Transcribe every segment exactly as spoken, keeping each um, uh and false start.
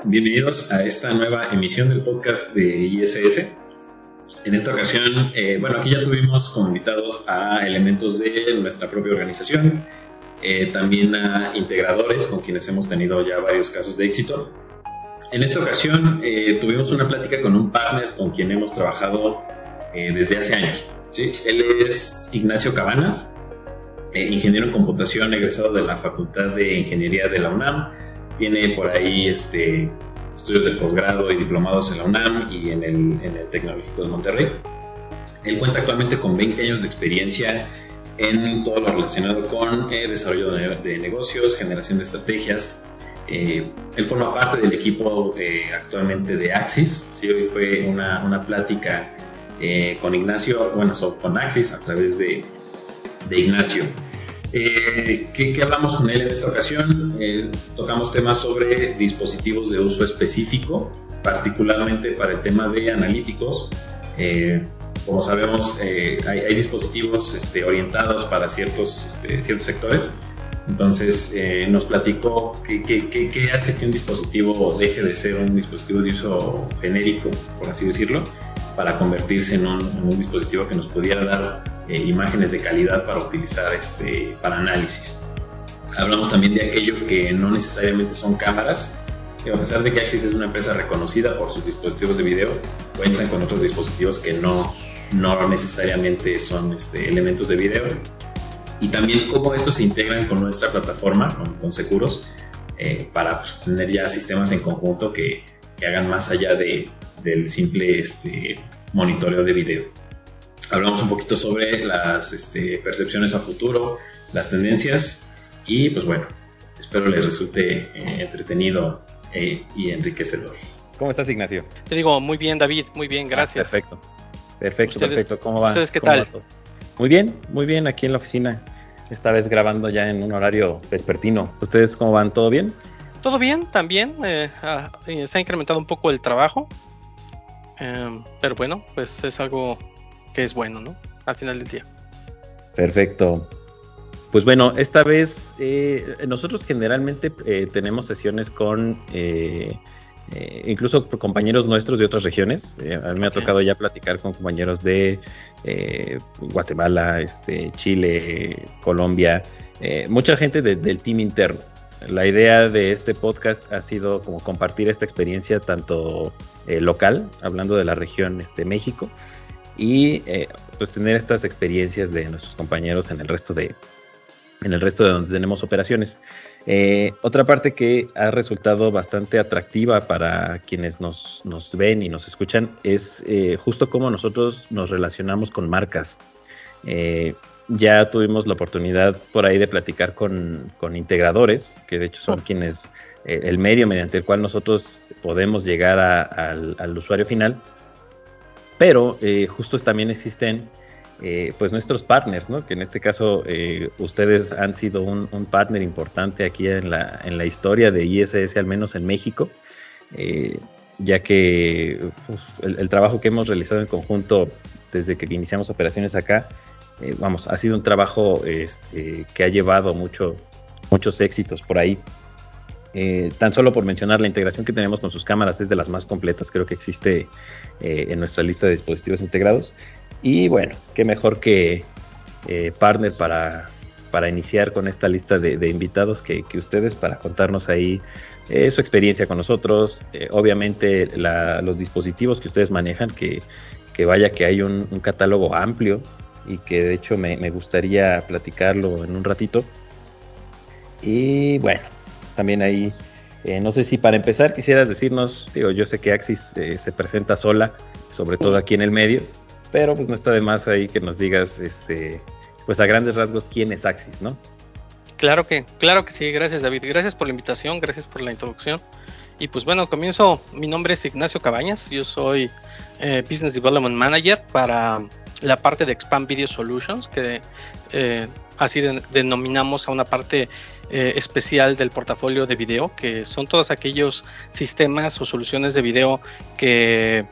bienvenidos a esta nueva emisión del podcast de I S S. En esta ocasión, eh, bueno, aquí ya tuvimos como invitados a elementos de nuestra propia organización, eh, también a integradores con quienes hemos tenido ya varios casos de éxito. En esta ocasión eh, tuvimos una plática con un partner con quien hemos trabajado eh, desde hace años, ¿sí? Él es Ignacio Cabanas, eh, ingeniero en computación egresado de la Facultad de Ingeniería de la UNAM. Tiene por ahí este, estudios de posgrado y diplomados en la UNAM y en el, en el Tecnológico de Monterrey. Él cuenta actualmente con veinte años de experiencia en todo lo relacionado con eh, desarrollo de, de negocios, generación de estrategias. Eh, él forma parte del equipo eh, actualmente de Axis. Sí, hoy fue una, una plática eh, con Ignacio, bueno, so, con Axis a través de, de Ignacio. Eh, ¿qué, ¿Qué hablamos con él en esta ocasión? Eh, tocamos temas sobre dispositivos de uso específico, particularmente para el tema de analíticos. Eh, como sabemos, eh, hay, hay dispositivos este, orientados para ciertos, este, ciertos sectores. Entonces eh, nos platicó qué, qué, qué, qué hace que un dispositivo deje de ser un dispositivo de uso genérico, por así decirlo, para convertirse en un, en un dispositivo que nos pudiera dar eh, imágenes de calidad para utilizar este, para análisis. Hablamos también de aquello que no necesariamente son cámaras, que a pesar de que Axis es una empresa reconocida por sus dispositivos de video, cuentan con otros dispositivos que no, no necesariamente son este, elementos de video. Y también cómo estos se integran con nuestra plataforma, con, con Securos, eh, para pues, tener ya sistemas en conjunto que, que hagan más allá de, del simple este, monitoreo de video. Hablamos un poquito sobre las este, percepciones a futuro, las tendencias y pues bueno, espero les resulte eh, entretenido eh, y enriquecedor. ¿Cómo estás, Ignacio? Te digo, muy bien, David, muy bien, gracias. Ah, perfecto, perfecto, ¿Ustedes, perfecto. ¿Cómo va? ¿Ustedes qué ¿Cómo tal? va todo? Muy bien, muy bien, aquí en la oficina, esta vez grabando ya en un horario vespertino. ¿Ustedes cómo van? ¿Todo bien? Todo bien, también, eh, ah, eh, se ha incrementado un poco el trabajo, eh, pero bueno, pues es algo que es bueno, ¿no? Al final del día. Perfecto. Pues bueno, esta vez eh, nosotros generalmente eh, tenemos sesiones con... Eh, Eh, incluso por compañeros nuestros de otras regiones. Eh, a mí me okay. ha tocado ya platicar con compañeros de eh, Guatemala, este, Chile, Colombia, eh, mucha gente de, del team interno. La idea de este podcast ha sido como compartir esta experiencia tanto eh, local, hablando de la región este, México, y eh, pues tener estas experiencias de nuestros compañeros en el resto de, en el resto de donde tenemos operaciones. Eh, otra parte que ha resultado bastante atractiva para quienes nos, nos ven y nos escuchan es eh, justo cómo nosotros nos relacionamos con marcas. Eh, ya tuvimos la oportunidad por ahí de platicar con, con integradores, que de hecho son oh. quienes, eh, el medio mediante el cual nosotros podemos llegar a, a, al, al usuario final, pero eh, justo también existen Eh, pues nuestros partners, ¿no? Que en este caso eh, ustedes han sido un, un partner importante aquí en la, en la historia de I S S, al menos en México, eh, ya que uf, el, el trabajo que hemos realizado en conjunto desde que iniciamos operaciones acá, eh, vamos, ha sido un trabajo este, que ha llevado mucho, muchos éxitos por ahí. Eh, tan solo por mencionar, la integración que tenemos con sus cámaras es de las más completas, creo que existe eh, en nuestra lista de dispositivos integrados. Y bueno, qué mejor que eh, partner para, para iniciar con esta lista de, de invitados que, que ustedes, para contarnos ahí eh, su experiencia con nosotros, eh, obviamente la, los dispositivos que ustedes manejan, que, que vaya que hay un, un catálogo amplio y que de hecho me, me gustaría platicarlo en un ratito. Y bueno, también ahí, eh, no sé si para empezar quisieras decirnos, digo, yo sé que Axis eh, se presenta sola, sobre todo aquí en el medio, pero pues no está de más ahí que nos digas, este, pues a grandes rasgos, quién es Axis, ¿no? Claro que, claro que sí, gracias David, gracias por la invitación, gracias por la introducción. Y pues bueno, comienzo, mi nombre es Ignacio Cabañas, yo soy eh, Business Development Manager para la parte de Expand Video Solutions, que eh, así de, denominamos a una parte eh, especial del portafolio de video, que son todos aquellos sistemas o soluciones de video que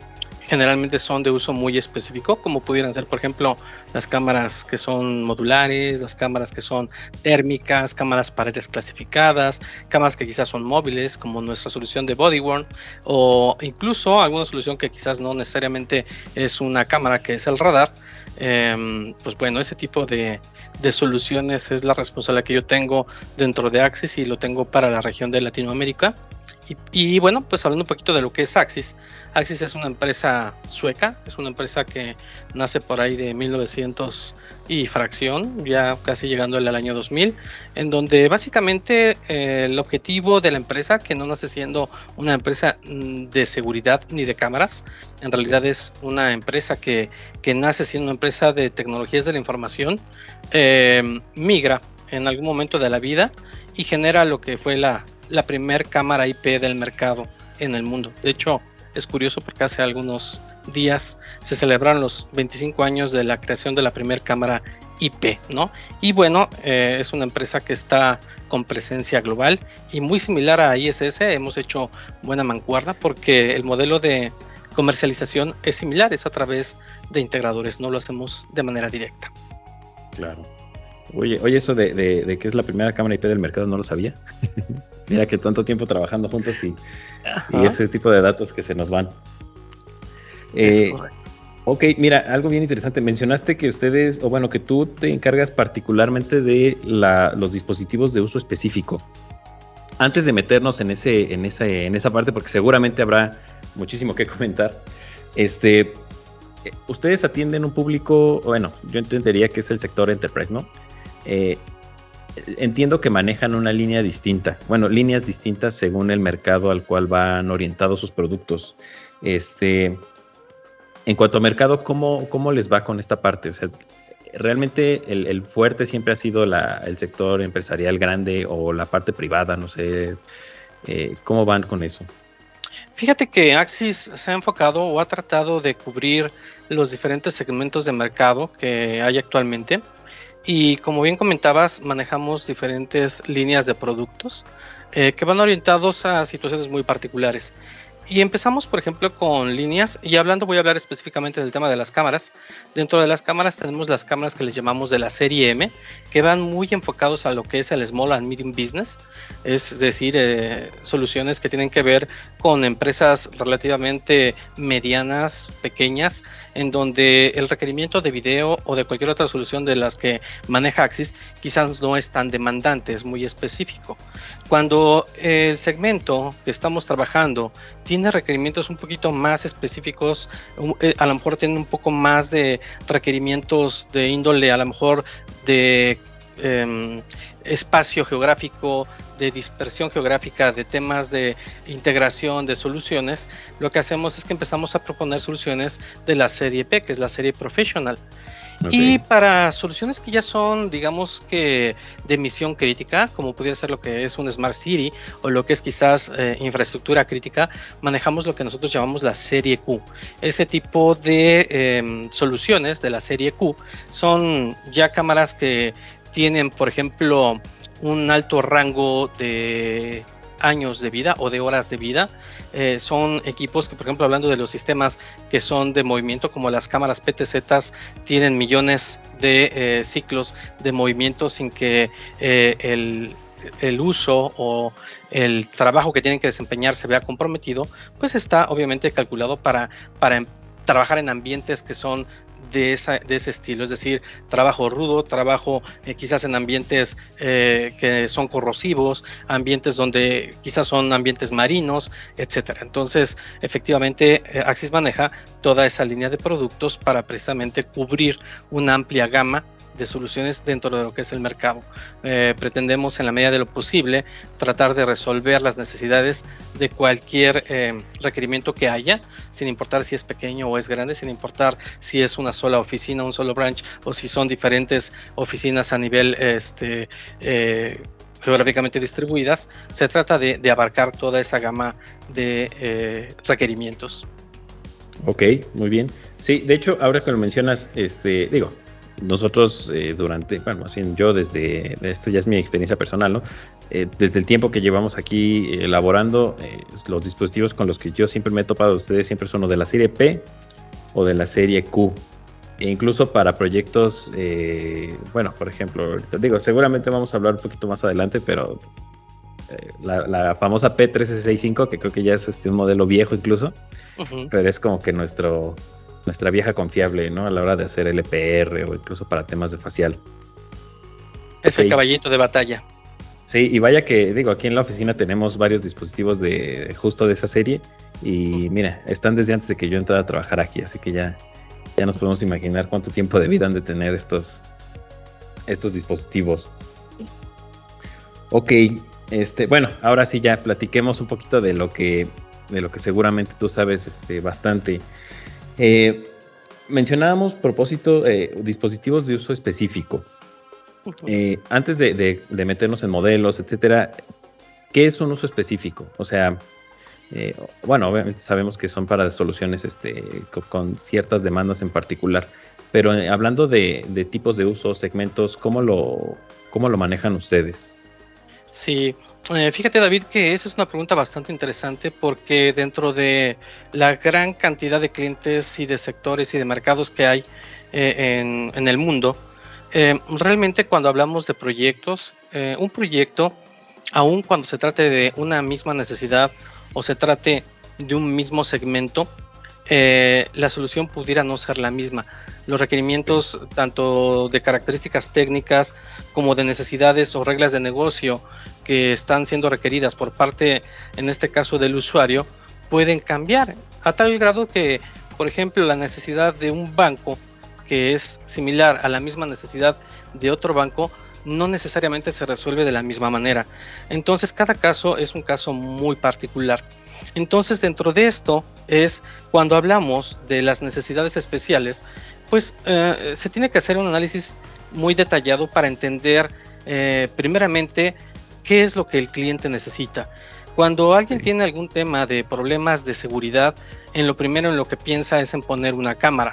generalmente son de uso muy específico, como pudieran ser, por ejemplo, las cámaras que son modulares, las cámaras que son térmicas, cámaras para áreas clasificadas, cámaras que quizás son móviles, como nuestra solución de Bodyworm, o incluso alguna solución que quizás no necesariamente es una cámara, que es el radar. Eh, pues bueno, ese tipo de, de soluciones es la responsabilidad que yo tengo dentro de Axis, y lo tengo para la región de Latinoamérica. Y, y bueno, pues hablando un poquito de lo que es Axis. Axis es una empresa sueca, es una empresa que nace por ahí de mil novecientos y fracción, ya casi llegando al año dos mil, en donde básicamente eh, el objetivo de la empresa, que no nace siendo una empresa de seguridad ni de cámaras, en realidad es una empresa que, que nace siendo una empresa de tecnologías de la información, eh, migra en algún momento de la vida y genera lo que fue la la primer cámara I P del mercado en el mundo. De hecho, es curioso porque hace algunos días se celebraron los veinticinco años de la creación de la primera cámara I P, ¿no? Y bueno, eh, es una empresa que está con presencia global y muy similar a I S S. Hemos hecho buena mancuerna porque el modelo de comercialización es similar, es a través de integradores, no lo hacemos de manera directa. Claro. Oye, oye eso de, de, de que es la primera cámara I P del mercado no lo sabía. Mira que tanto tiempo trabajando juntos y, y ese tipo de datos que se nos van. Eh, ok, mira, algo bien interesante. Mencionaste que ustedes, o bueno, que tú te encargas particularmente de la, los dispositivos de uso específico. Antes de meternos en, ese, en, ese, en esa parte, porque seguramente habrá muchísimo que comentar, este, ustedes atienden un público, bueno, yo entendería que es el sector enterprise, ¿no? Eh, Entiendo que manejan una línea distinta, bueno, líneas distintas según el mercado al cual van orientados sus productos. Este, en cuanto a mercado, ¿cómo, cómo les va con esta parte? O sea, ¿realmente el, el fuerte siempre ha sido la, el sector empresarial grande o la parte privada? No sé, eh, ¿cómo van con eso? Fíjate que Axis se ha enfocado o ha tratado de cubrir los diferentes segmentos de mercado que hay actualmente. Y como bien comentabas, manejamos diferentes líneas de productos eh, que van orientados a situaciones muy particulares. Y empezamos, por ejemplo, con líneas, y hablando, voy a hablar específicamente del tema de las cámaras. Dentro de las cámaras tenemos las cámaras que les llamamos de la serie M, que van muy enfocados a lo que es el Small and Medium Business, es decir, eh, soluciones que tienen que ver con empresas relativamente medianas, pequeñas, en donde el requerimiento de video o de cualquier otra solución de las que maneja Axis quizás no es tan demandante, es muy específico. Cuando el segmento que estamos trabajando tiene requerimientos un poquito más específicos, a lo mejor tiene un poco más de requerimientos de índole, a lo mejor de eh, espacio geográfico, de dispersión geográfica, de temas de integración de soluciones, lo que hacemos es que empezamos a proponer soluciones de la serie P, que es la serie Professional. Okay. Y para soluciones que ya son, digamos que de misión crítica, como pudiera ser lo que es un Smart City o lo que es quizás eh, infraestructura crítica, manejamos lo que nosotros llamamos la serie Q. Ese tipo de eh, soluciones de la serie Q son ya cámaras que tienen, por ejemplo, un alto rango de años de vida o de horas de vida. Eh, son equipos que, por ejemplo, hablando de los sistemas que son de movimiento, como las cámaras P T Z, tienen millones de eh, ciclos de movimiento sin que eh, el, el uso o el trabajo que tienen que desempeñar se vea comprometido, pues está obviamente calculado para, para trabajar en ambientes que son de, esa, de ese estilo, es decir, trabajo rudo, trabajo eh, quizás en ambientes eh, que son corrosivos, ambientes donde quizás son ambientes marinos, etcétera. Entonces, efectivamente, eh, Axis maneja toda esa línea de productos para precisamente cubrir una amplia gama de soluciones dentro de lo que es el mercado. Eh, pretendemos en la medida de lo posible tratar de resolver las necesidades de cualquier eh, requerimiento que haya, sin importar si es pequeño o es grande, sin importar si es una sola oficina, un solo branch, o si son diferentes oficinas a nivel este, eh, geográficamente distribuidas. Se trata de, de abarcar toda esa gama de eh, requerimientos. Ok, muy bien. Sí, de hecho, ahora que lo mencionas, este, digo, nosotros eh, durante, bueno, más bien yo desde, esto ya es mi experiencia personal, ¿no? Eh, desde el tiempo que llevamos aquí elaborando, eh, los dispositivos con los que yo siempre me he topado de ustedes siempre son los de la serie P o de la serie Q. E incluso para proyectos, eh, bueno, por ejemplo, digo, seguramente vamos a hablar un poquito más adelante, pero eh, la, la famosa P trece sesenta y cinco, que creo que ya es este, un modelo viejo incluso, uh-huh. pero es como que nuestro, nuestra vieja confiable, ¿no? A la hora de hacer L P R o incluso para temas de facial. Es okay. El caballito de batalla. Sí, y vaya que, digo, aquí en la oficina tenemos varios dispositivos de justo de esa serie y uh-huh. mira, están desde antes de que yo entrara a trabajar aquí, así que ya... Ya nos podemos imaginar cuánto tiempo de vida han de tener estos, estos dispositivos. Ok, este, bueno, ahora sí ya platiquemos un poquito de lo que, de lo que seguramente tú sabes este, bastante. Eh, mencionábamos propósito, eh, dispositivos de uso específico. Eh, antes de, de, de meternos en modelos, etcétera, ¿qué es un uso específico? O sea... Eh, bueno, obviamente sabemos que son para soluciones este, con, con ciertas demandas en particular, pero eh, hablando de, de tipos de uso, segmentos, ¿cómo lo, cómo lo manejan ustedes? Sí, eh, fíjate David que esa es una pregunta bastante interesante porque dentro de la gran cantidad de clientes y de sectores y de mercados que hay eh, en, en el mundo, eh, realmente cuando hablamos de proyectos, eh, un proyecto, aun cuando se trate de una misma necesidad o se trate de un mismo segmento, eh, la solución pudiera no ser la misma. Los requerimientos tanto de características técnicas como de necesidades o reglas de negocio que están siendo requeridas por parte, en este caso del usuario, pueden cambiar a tal grado que, por ejemplo, la necesidad de un banco que es similar a la misma necesidad de otro banco no necesariamente se resuelve de la misma manera. Entonces cada caso es un caso muy particular. Entonces dentro de esto es cuando hablamos de las necesidades especiales, pues eh, se tiene que hacer un análisis muy detallado para entender eh, primeramente qué es lo que el cliente necesita. Cuando alguien tiene algún tema de problemas de seguridad, en lo primero en lo que piensa es en poner una cámara.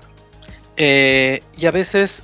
Eh, y a veces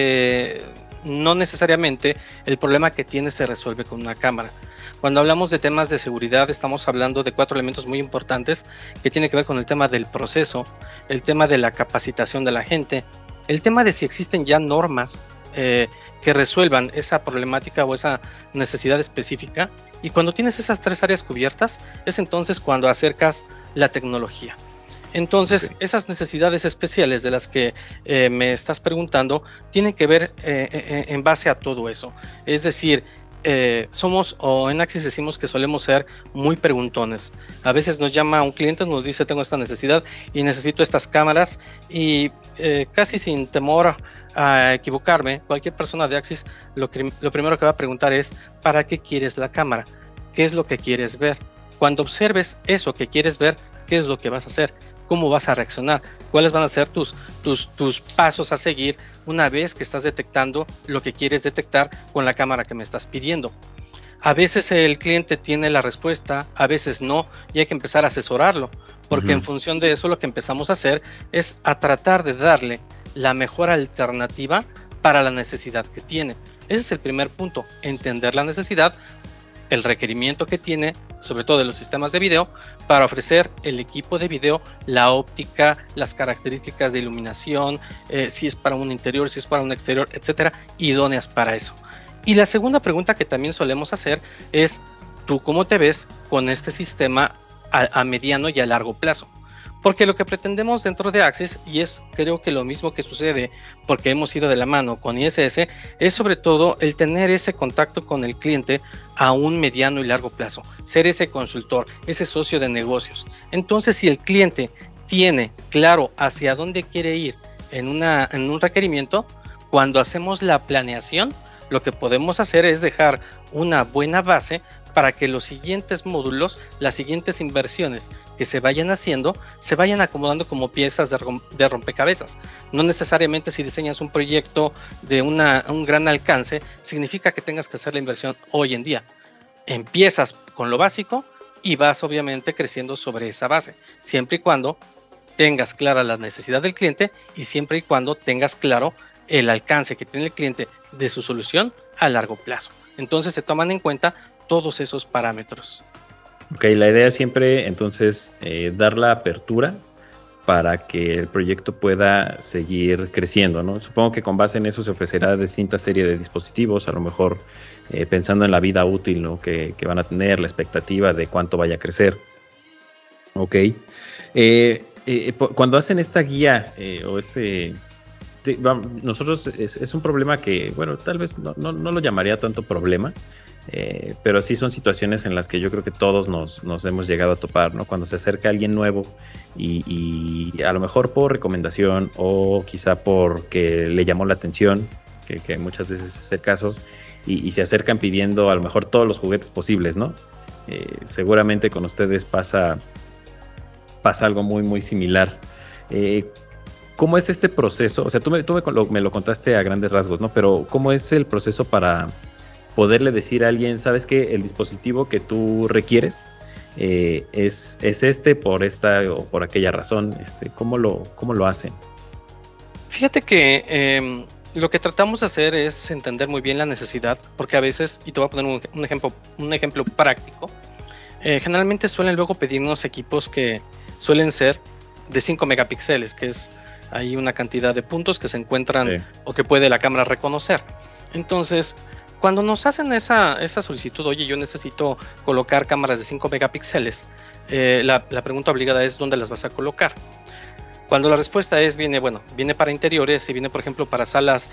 eh, no necesariamente el problema que tiene se resuelve con una cámara. Cuando hablamos de temas de seguridad estamos hablando de cuatro elementos muy importantes que tienen que ver con el tema del proceso, el tema de la capacitación de la gente, el tema de si existen ya normas eh, que resuelvan esa problemática o esa necesidad específica, y cuando tienes esas tres áreas cubiertas es entonces cuando acercas la tecnología. Entonces, okay. esas necesidades especiales de las que eh, me estás preguntando tienen que ver eh, eh, en base a todo eso. Es decir, eh, somos, o en Axis decimos que solemos ser muy preguntones. A veces nos llama un cliente, nos dice tengo esta necesidad y necesito estas cámaras y eh, casi sin temor a equivocarme, cualquier persona de Axis lo, que, lo primero que va a preguntar es ¿para qué quieres la cámara? ¿Qué es lo que quieres ver? Cuando observes eso que quieres ver, ¿qué es lo que vas a hacer? ¿Cómo vas a reaccionar? ¿Cuáles van a ser tus, tus, tus pasos a seguir una vez que estás detectando lo que quieres detectar con la cámara que me estás pidiendo? A veces el cliente tiene la respuesta, a veces no, y hay que empezar a asesorarlo, porque uh-huh. en función de eso lo que empezamos a hacer es a tratar de darle la mejor alternativa para la necesidad que tiene. Ese es el primer punto, entender la necesidad, el requerimiento que tiene, sobre todo de los sistemas de video, para ofrecer el equipo de video, la óptica, las características de iluminación, eh, si es para un interior, si es para un exterior, etcétera, idóneas para eso. Y la segunda pregunta que también solemos hacer es, ¿tú cómo te ves con este sistema a, a mediano y a largo plazo? Porque lo que pretendemos dentro de Axis, y es creo que lo mismo que sucede porque hemos ido de la mano con I S S, es sobre todo el tener ese contacto con el cliente a un mediano y largo plazo, ser ese consultor, ese socio de negocios. Entonces, si el cliente tiene claro hacia dónde quiere ir en, una, en un requerimiento, cuando hacemos la planeación, lo que podemos hacer es dejar una buena base para que los siguientes módulos, las siguientes inversiones que se vayan haciendo, se vayan acomodando como piezas de, rom- de rompecabezas. No necesariamente si diseñas un proyecto de una, un gran alcance, significa que tengas que hacer la inversión hoy en día. Empiezas con lo básico y vas obviamente creciendo sobre esa base, siempre y cuando tengas clara la necesidad del cliente y siempre y cuando tengas claro el alcance que tiene el cliente de su solución a largo plazo. Entonces se toman en cuenta todos esos parámetros. Ok, la idea es siempre entonces eh, dar la apertura para que el proyecto pueda seguir creciendo, ¿no? Supongo que con base en eso se ofrecerá distintas series de dispositivos, a lo mejor eh, pensando en la vida útil, ¿no? que, que van a tener, la expectativa de cuánto vaya a crecer. Ok. Eh, eh, cuando hacen esta guía eh, o este... Te, vamos, nosotros es, es un problema que, bueno, tal vez no, no, no lo llamaría tanto problema, Eh, pero sí son situaciones en las que yo creo que todos nos, nos hemos llegado a topar, ¿no? Cuando se acerca alguien nuevo y, y a lo mejor por recomendación o quizá porque le llamó la atención, que, que muchas veces es el caso, y, y se acercan pidiendo a lo mejor todos los juguetes posibles, ¿no? Eh, seguramente con ustedes pasa, pasa algo muy, muy similar. Eh, ¿Cómo es este proceso? O sea, tú, me, tú me, lo, me lo contaste a grandes rasgos, ¿no? Pero ¿cómo es el proceso para poderle decir a alguien, sabes que el dispositivo que tú requieres eh, es, es este por esta o por aquella razón? Este, ¿cómo lo, cómo lo hacen? Fíjate que eh, lo que tratamos de hacer es entender muy bien la necesidad, porque a veces, y te voy a poner un, un ejemplo, un ejemplo práctico, eh, generalmente suelen luego pedirnos equipos que suelen ser de cinco megapíxeles, que es ahí una cantidad de puntos que se encuentran sí. o que puede la cámara reconocer. Entonces, cuando nos hacen esa, esa solicitud, oye, yo necesito colocar cámaras de cinco megapíxeles, eh, la, la pregunta obligada es ¿dónde las vas a colocar? Cuando la respuesta es, viene, bueno, viene para interiores y viene, por ejemplo, para salas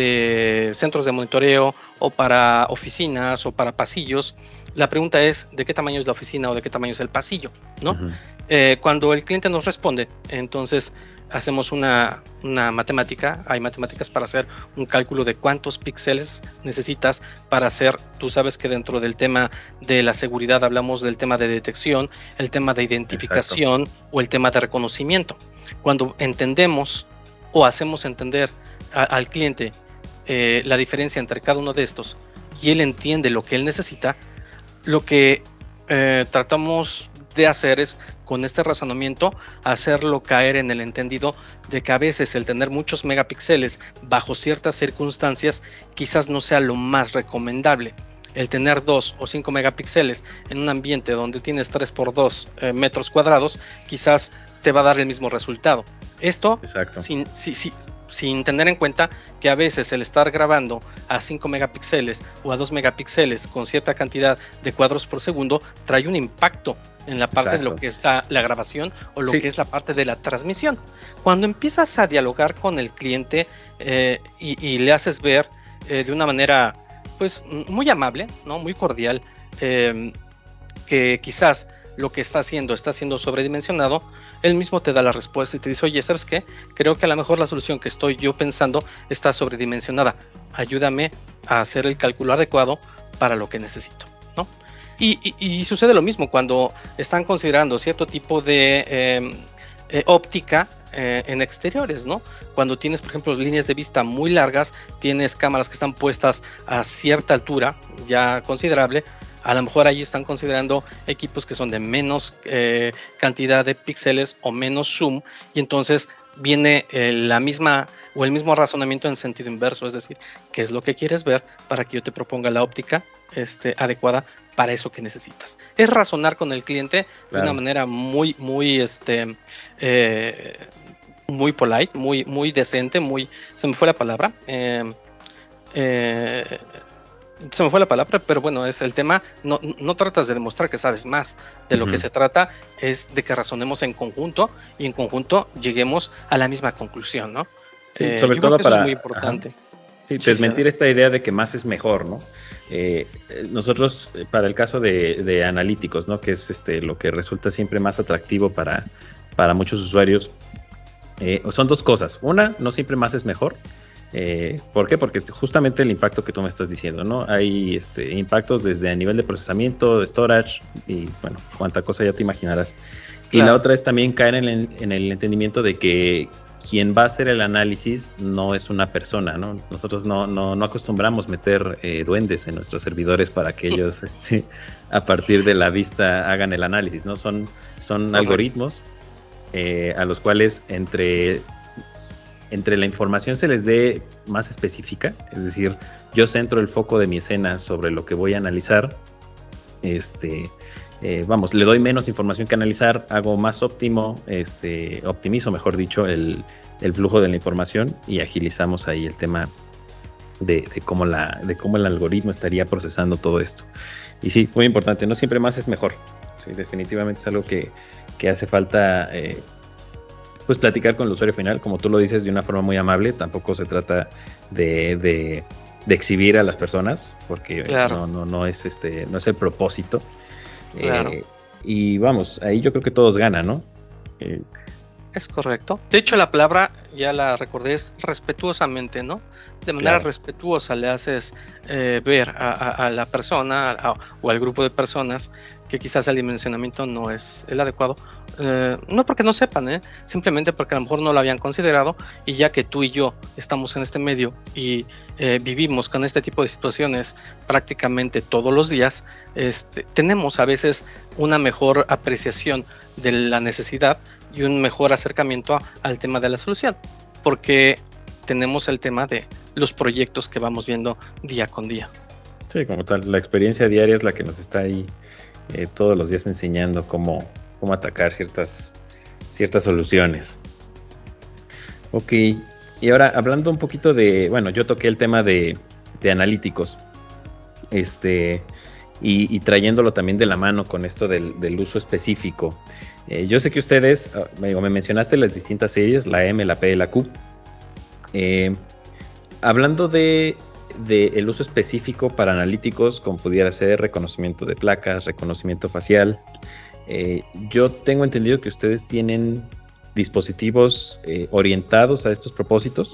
de centros de monitoreo o para oficinas o para pasillos, la pregunta es ¿de qué tamaño es la oficina o de qué tamaño es el pasillo? ¿No? Uh-huh. eh, cuando el cliente nos responde, entonces hacemos una, una matemática, hay matemáticas para hacer un cálculo de cuántos píxeles necesitas para hacer, tú sabes que dentro del tema de la seguridad hablamos del tema de detección, el tema de identificación Exacto. o el tema de reconocimiento. Cuando entendemos o hacemos entender a, al cliente eh, la diferencia entre cada uno de estos y él entiende lo que él necesita, lo que eh, tratamos de hacer es con este razonamiento hacerlo caer en el entendido de que a veces el tener muchos megapíxeles bajo ciertas circunstancias quizás no sea lo más recomendable. El tener dos o cinco megapíxeles en un ambiente donde tienes tres por dos eh, metros cuadrados quizás te va a dar el mismo resultado. Esto sin, sin, sin, sin tener en cuenta que a veces el estar grabando a cinco megapíxeles o a dos megapíxeles con cierta cantidad de cuadros por segundo trae un impacto en la parte Exacto. de lo que es la, la grabación o lo sí. que es la parte de la transmisión. Cuando empiezas a dialogar con el cliente eh, y, y le haces ver eh, de una manera pues muy amable, ¿no? Muy cordial, eh, que quizás lo que está haciendo está siendo sobredimensionado, él mismo te da la respuesta y te dice, oye, ¿sabes qué? Creo que a lo mejor la solución que estoy yo pensando está sobredimensionada. Ayúdame a hacer el cálculo adecuado para lo que necesito, ¿no? Y, y, y sucede lo mismo cuando están considerando cierto tipo de eh, eh, óptica eh, en exteriores, ¿no? Cuando tienes, por ejemplo, líneas de vista muy largas, tienes cámaras que están puestas a cierta altura ya considerable, a lo mejor ahí están considerando equipos que son de menos eh, cantidad de píxeles o menos zoom, y entonces viene eh, la misma o el mismo razonamiento en sentido inverso, es decir, ¿qué es lo que quieres ver para que yo te proponga la óptica este, adecuada para eso que necesitas? Es razonar con el cliente claro. de una manera muy, muy, este, eh, muy polite, muy, muy decente, muy, se me fue la palabra, eh, eh, se me fue la palabra, pero bueno, es el tema, no, no tratas de demostrar que sabes más, de lo uh-huh. que se trata es de que razonemos en conjunto y en conjunto lleguemos a la misma conclusión, ¿no? Sí, eh, sobre todo para, eso es muy importante. Sí, sí, desmentir sí, esta idea de que más es mejor, ¿no? Eh, nosotros, para el caso de, de analíticos, ¿no? Que es este lo que resulta siempre más atractivo para, para muchos usuarios, eh, son dos cosas. Una, no siempre más es mejor. Eh, ¿Por qué? Porque justamente el impacto que tú me estás diciendo, ¿no? Hay este, impactos desde a nivel de procesamiento, de storage y bueno, cuánta cosa ya te imaginarás. Claro. Y la otra es también caer en el, en el entendimiento de que quien va a hacer el análisis no es una persona, ¿no? Nosotros no, no, no acostumbramos meter eh, duendes en nuestros servidores para que ellos este, a partir de la vista hagan el análisis, ¿no? Son, son Correcto. algoritmos eh, a los cuales entre... entre la información se les dé más específica, es decir, yo centro el foco de mi escena sobre lo que voy a analizar, este, eh, vamos, le doy menos información que analizar, hago más óptimo, este, optimizo, mejor dicho, el, el flujo de la información y agilizamos ahí el tema de, de, cómo la, de cómo el algoritmo estaría procesando todo esto. Y sí, muy importante, no siempre más es mejor. Sí, definitivamente es algo que, que hace falta eh, pues platicar con el usuario final, como tú lo dices, de una forma muy amable. Tampoco se trata de, de, de exhibir a las personas, porque claro. no, no, no es este, no es el propósito. Claro. Eh, y vamos, ahí yo creo que todos ganan, ¿no? Eh, es correcto. De hecho, la palabra, ya la recordé, es respetuosamente, ¿no? De manera claro. respetuosa le haces eh, ver a, a, a la persona a, o al grupo de personas que quizás el dimensionamiento no es el adecuado. Eh, no porque no sepan, ¿eh? Simplemente porque a lo mejor no lo habían considerado, y ya que tú y yo estamos en este medio y eh, vivimos con este tipo de situaciones prácticamente todos los días, este, tenemos a veces una mejor apreciación de la necesidad y un mejor acercamiento a, al tema de la solución, porque tenemos el tema de los proyectos que vamos viendo día con día. Sí, como tal, la experiencia diaria es la que nos está ahí eh, todos los días enseñando cómo, cómo atacar ciertas, ciertas soluciones. Ok, y ahora hablando un poquito de, bueno, yo toqué el tema de, de analíticos, este, y, y trayéndolo también de la mano con esto del, del uso específico. Eh, yo sé que ustedes, me, me mencionaste las distintas series, la M, la P, la Q. Eh, hablando de, de el uso específico para analíticos, como pudiera ser reconocimiento de placas, reconocimiento facial, eh, yo tengo entendido que ustedes tienen dispositivos eh, orientados a estos propósitos.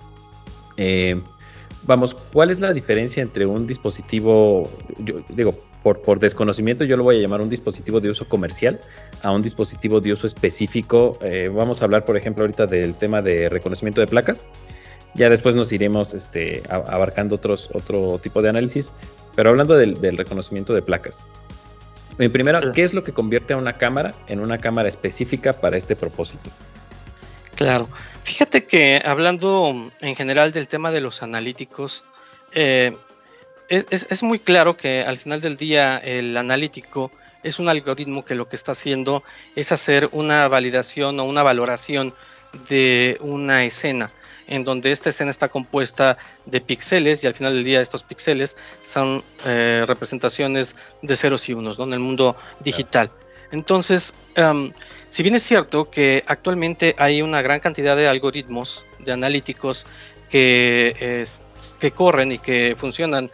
Eh, vamos, ¿cuál es la diferencia entre un dispositivo, yo digo, por, por desconocimiento yo lo voy a llamar un dispositivo de uso comercial, a un dispositivo de uso específico? Eh, vamos a hablar, por ejemplo, ahorita del tema de reconocimiento de placas. Ya después nos iremos este, abarcando otros, otro tipo de análisis, pero hablando del, del reconocimiento de placas. En primera, claro. ¿Qué es lo que convierte a una cámara en una cámara específica para este propósito? Claro. Fíjate que hablando en general del tema de los analíticos, eh, es, es, es muy claro que al final del día el analítico es un algoritmo que lo que está haciendo es hacer una validación o una valoración de una escena, en donde esta escena está compuesta de píxeles, y al final del día estos píxeles son eh, representaciones de ceros y unos, ¿no? En el mundo digital. Entonces, um, si bien es cierto que actualmente hay una gran cantidad de algoritmos, de analíticos que, eh, que corren y que funcionan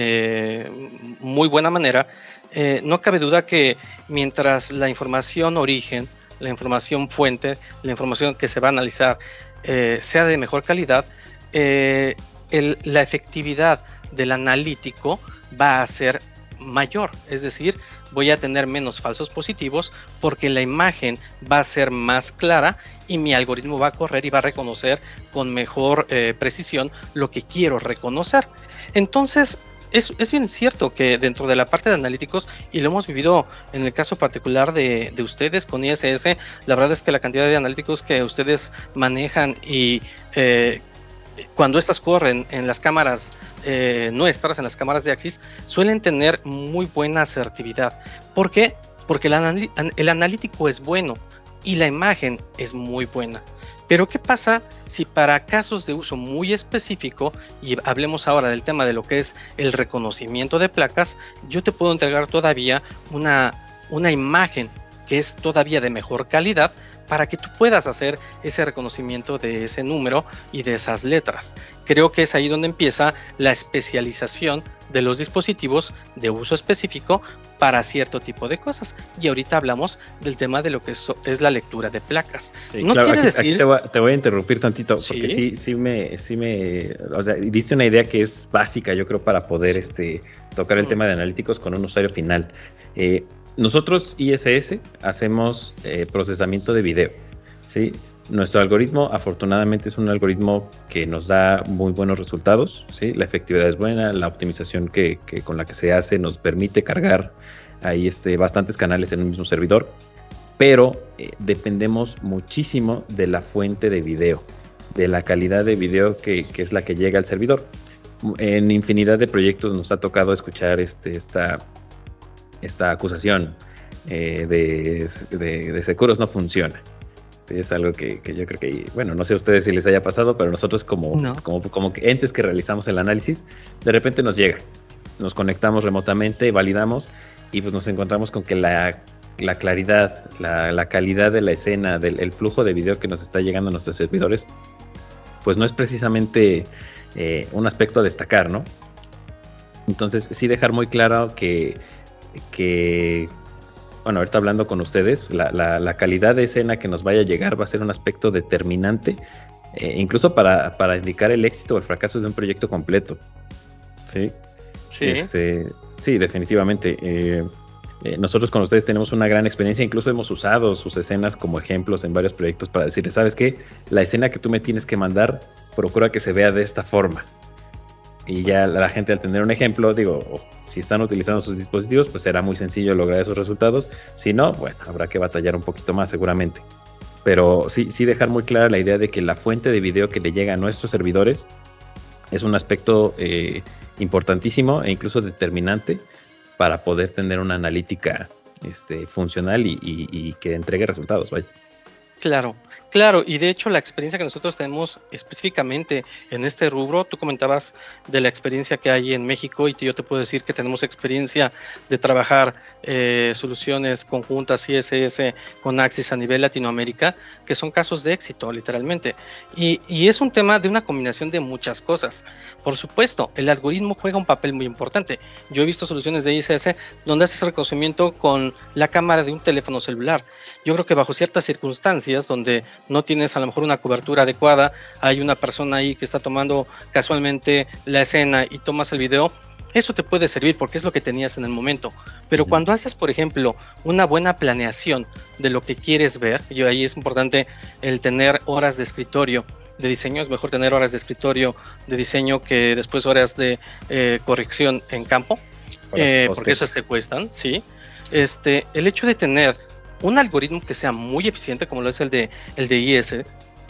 de muy buena manera, eh, no cabe duda que mientras la información origen, la información fuente, la información que se va a analizar Eh, sea de mejor calidad, eh, el, la efectividad del analítico va a ser mayor, es decir, voy a tener menos falsos positivos porque la imagen va a ser más clara y mi algoritmo va a correr y va a reconocer con mejor eh, precisión lo que quiero reconocer. Entonces, Es, es bien cierto que dentro de la parte de analíticos, y lo hemos vivido en el caso particular de, de ustedes con I S S, la verdad es que la cantidad de analíticos que ustedes manejan y eh, cuando estas corren en las cámaras eh, nuestras, en las cámaras de Axis, suelen tener muy buena asertividad. ¿Por qué? Porque el, anal- el analítico es bueno y la imagen es muy buena. Pero ¿qué pasa si para casos de uso muy específico, y hablemos ahora del tema de lo que es el reconocimiento de placas, yo te puedo entregar todavía una, una imagen que es todavía de mejor calidad para que tú puedas hacer ese reconocimiento de ese número y de esas letras? Creo que es ahí donde empieza la especialización de los dispositivos de uso específico para cierto tipo de cosas. Y ahorita hablamos del tema de lo que es, es la lectura de placas. Sí, no claro, quiere aquí, decir... aquí te, voy a, te voy a interrumpir tantito, ¿Sí? porque sí, sí me, sí me, o sea, diste una idea que es básica, yo creo, para poder sí. este, tocar el mm. tema de analíticos con un usuario final. Eh, nosotros, I S S, hacemos eh, procesamiento de video, ¿sí? Nuestro algoritmo, afortunadamente, es un algoritmo que nos da muy buenos resultados, ¿sí? La efectividad es buena, la optimización que, que con la que se hace nos permite cargar ahí este, bastantes canales en un mismo servidor, pero eh, dependemos muchísimo de la fuente de video, de la calidad de video que, que es la que llega al servidor. En infinidad de proyectos nos ha tocado escuchar este, esta, esta acusación. eh, de, de, de seguros no funciona. Es algo que, que yo creo que, bueno, no sé a ustedes si les haya pasado, pero nosotros como, no. como, como entes que realizamos el análisis, de repente nos llega, nos conectamos remotamente, validamos y pues nos encontramos con que la, la claridad, la, la calidad de la escena, del el flujo de video que nos está llegando a nuestros servidores, pues no es precisamente eh, un aspecto a destacar, ¿no? Entonces sí dejar muy claro que, que bueno, ahorita hablando con ustedes, la, la, la calidad de escena que nos vaya a llegar va a ser un aspecto determinante, eh, incluso para, para indicar el éxito o el fracaso de un proyecto completo. Sí, sí, este, sí, definitivamente. Eh, eh, nosotros con ustedes tenemos una gran experiencia, incluso hemos usado sus escenas como ejemplos en varios proyectos para decirles, ¿sabes qué? La escena que tú me tienes que mandar, procura que se vea de esta forma. Y ya la gente al tener un ejemplo, digo, si están utilizando sus dispositivos, pues será muy sencillo lograr esos resultados. Si no, bueno, habrá que batallar un poquito más seguramente. Pero sí, sí dejar muy clara la idea de que la fuente de video que le llega a nuestros servidores es un aspecto eh, importantísimo e incluso determinante para poder tener una analítica este, funcional y, y, y que entregue resultados, vaya. Claro. Claro, y de hecho la experiencia que nosotros tenemos específicamente en este rubro, tú comentabas de la experiencia que hay en México y yo te puedo decir que tenemos experiencia de trabajar eh, soluciones conjuntas I S S con Axis a nivel Latinoamérica, que son casos de éxito literalmente, y, y es un tema de una combinación de muchas cosas. Por supuesto, el algoritmo juega un papel muy importante. Yo he visto soluciones de I S S donde haces reconocimiento con la cámara de un teléfono celular. Yo creo que bajo ciertas circunstancias donde no tienes a lo mejor una cobertura adecuada, hay una persona ahí que está tomando casualmente la escena y tomas el video, eso te puede servir porque es lo que tenías en el momento. Pero uh-huh. cuando haces, por ejemplo, una buena planeación de lo que quieres ver, y ahí es importante el tener horas de escritorio de diseño, es mejor tener horas de escritorio de diseño que después horas de eh, corrección en campo, eh, porque esas te cuestan, sí. Este, el hecho de tener un algoritmo que sea muy eficiente como lo es el de, el de I S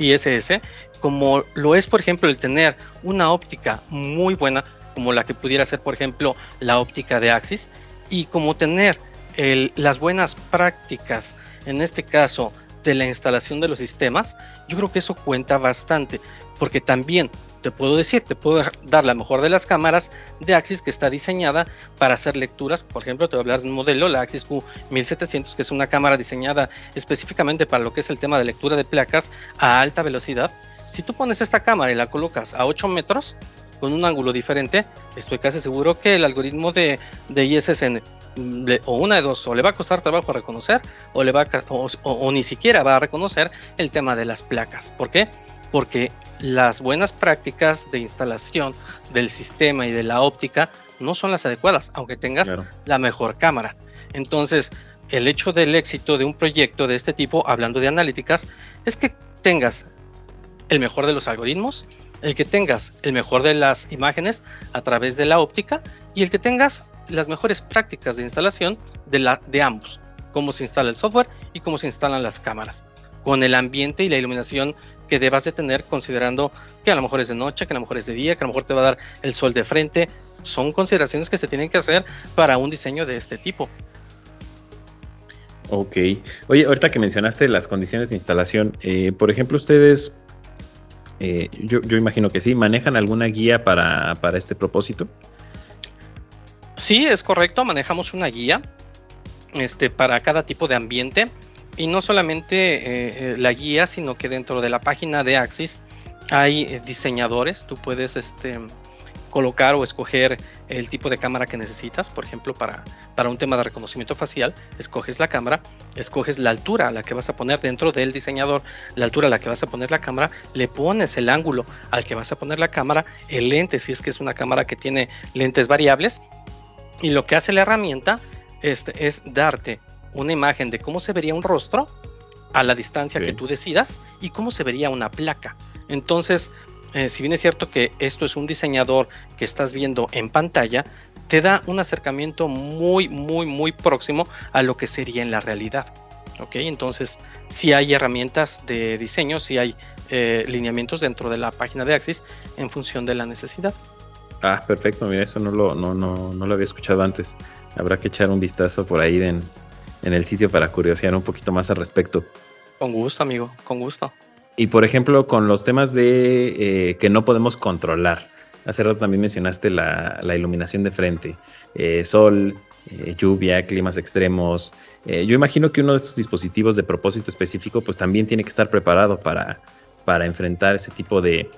S, como lo es por ejemplo el tener una óptica muy buena como la que pudiera ser por ejemplo la óptica de Axis, y como tener el, las buenas prácticas en este caso de la instalación de los sistemas, yo creo que eso cuenta bastante, porque también te puedo decir, te puedo dar la mejor de las cámaras de Axis que está diseñada para hacer lecturas. Por ejemplo, te voy a hablar de un modelo, la Axis Q mil setecientos, que es una cámara diseñada específicamente para lo que es el tema de lectura de placas a alta velocidad. Si tú pones esta cámara y la colocas a ocho metros con un ángulo diferente, estoy casi seguro que el algoritmo de, de I S S le, o una de dos, o le va a costar trabajo reconocer o, le va a, o, o, o ni siquiera va a reconocer el tema de las placas. ¿Por qué? Porque las buenas prácticas de instalación del sistema y de la óptica no son las adecuadas, aunque tengas claro. la mejor cámara. Entonces, el hecho del éxito de un proyecto de este tipo, hablando de analíticas, es que tengas el mejor de los algoritmos, el que tengas el mejor de las imágenes a través de la óptica y el que tengas las mejores prácticas de instalación de, la, de ambos, cómo se instala el software y cómo se instalan las cámaras, con el ambiente y la iluminación que debas de tener, considerando que a lo mejor es de noche, que a lo mejor es de día, que a lo mejor te va a dar el sol de frente. Son consideraciones que se tienen que hacer para un diseño de este tipo. Ok. Oye, ahorita que mencionaste las condiciones de instalación, eh, por ejemplo, ustedes, eh, yo, yo imagino que sí, ¿manejan alguna guía para, para este propósito? Sí, es correcto, manejamos una guía este, para cada tipo de ambiente. Y no solamente eh, la guía, sino que dentro de la página de Axis hay eh, diseñadores. Tú puedes este, colocar o escoger el tipo de cámara que necesitas. Por ejemplo, para, para un tema de reconocimiento facial, escoges la cámara, escoges la altura a la que vas a poner dentro del diseñador, la altura a la que vas a poner la cámara, le pones el ángulo al que vas a poner la cámara, el lente, si es que es una cámara que tiene lentes variables. Y lo que hace la herramienta este, es darte una imagen de cómo se vería un rostro a la distancia sí. que tú decidas y cómo se vería una placa. Entonces, eh, si bien es cierto que esto es un diseñador que estás viendo en pantalla, te da un acercamiento muy, muy, muy próximo a lo que sería en la realidad. ¿Ok? Entonces, sí hay herramientas de diseño, sí hay eh, lineamientos dentro de la página de Axis en función de la necesidad. Ah, perfecto. Mira, eso no lo, no, no, no lo había escuchado antes. Habrá que echar un vistazo por ahí en, en el sitio para curiosear un poquito más al respecto. Con gusto, amigo, con gusto. Y por ejemplo, con los temas de eh, que no podemos controlar. Hace rato también mencionaste la, la iluminación de frente, eh, sol, eh, lluvia, climas extremos. Eh, yo imagino que uno de estos dispositivos de propósito específico pues también tiene que estar preparado para, para enfrentar ese tipo de,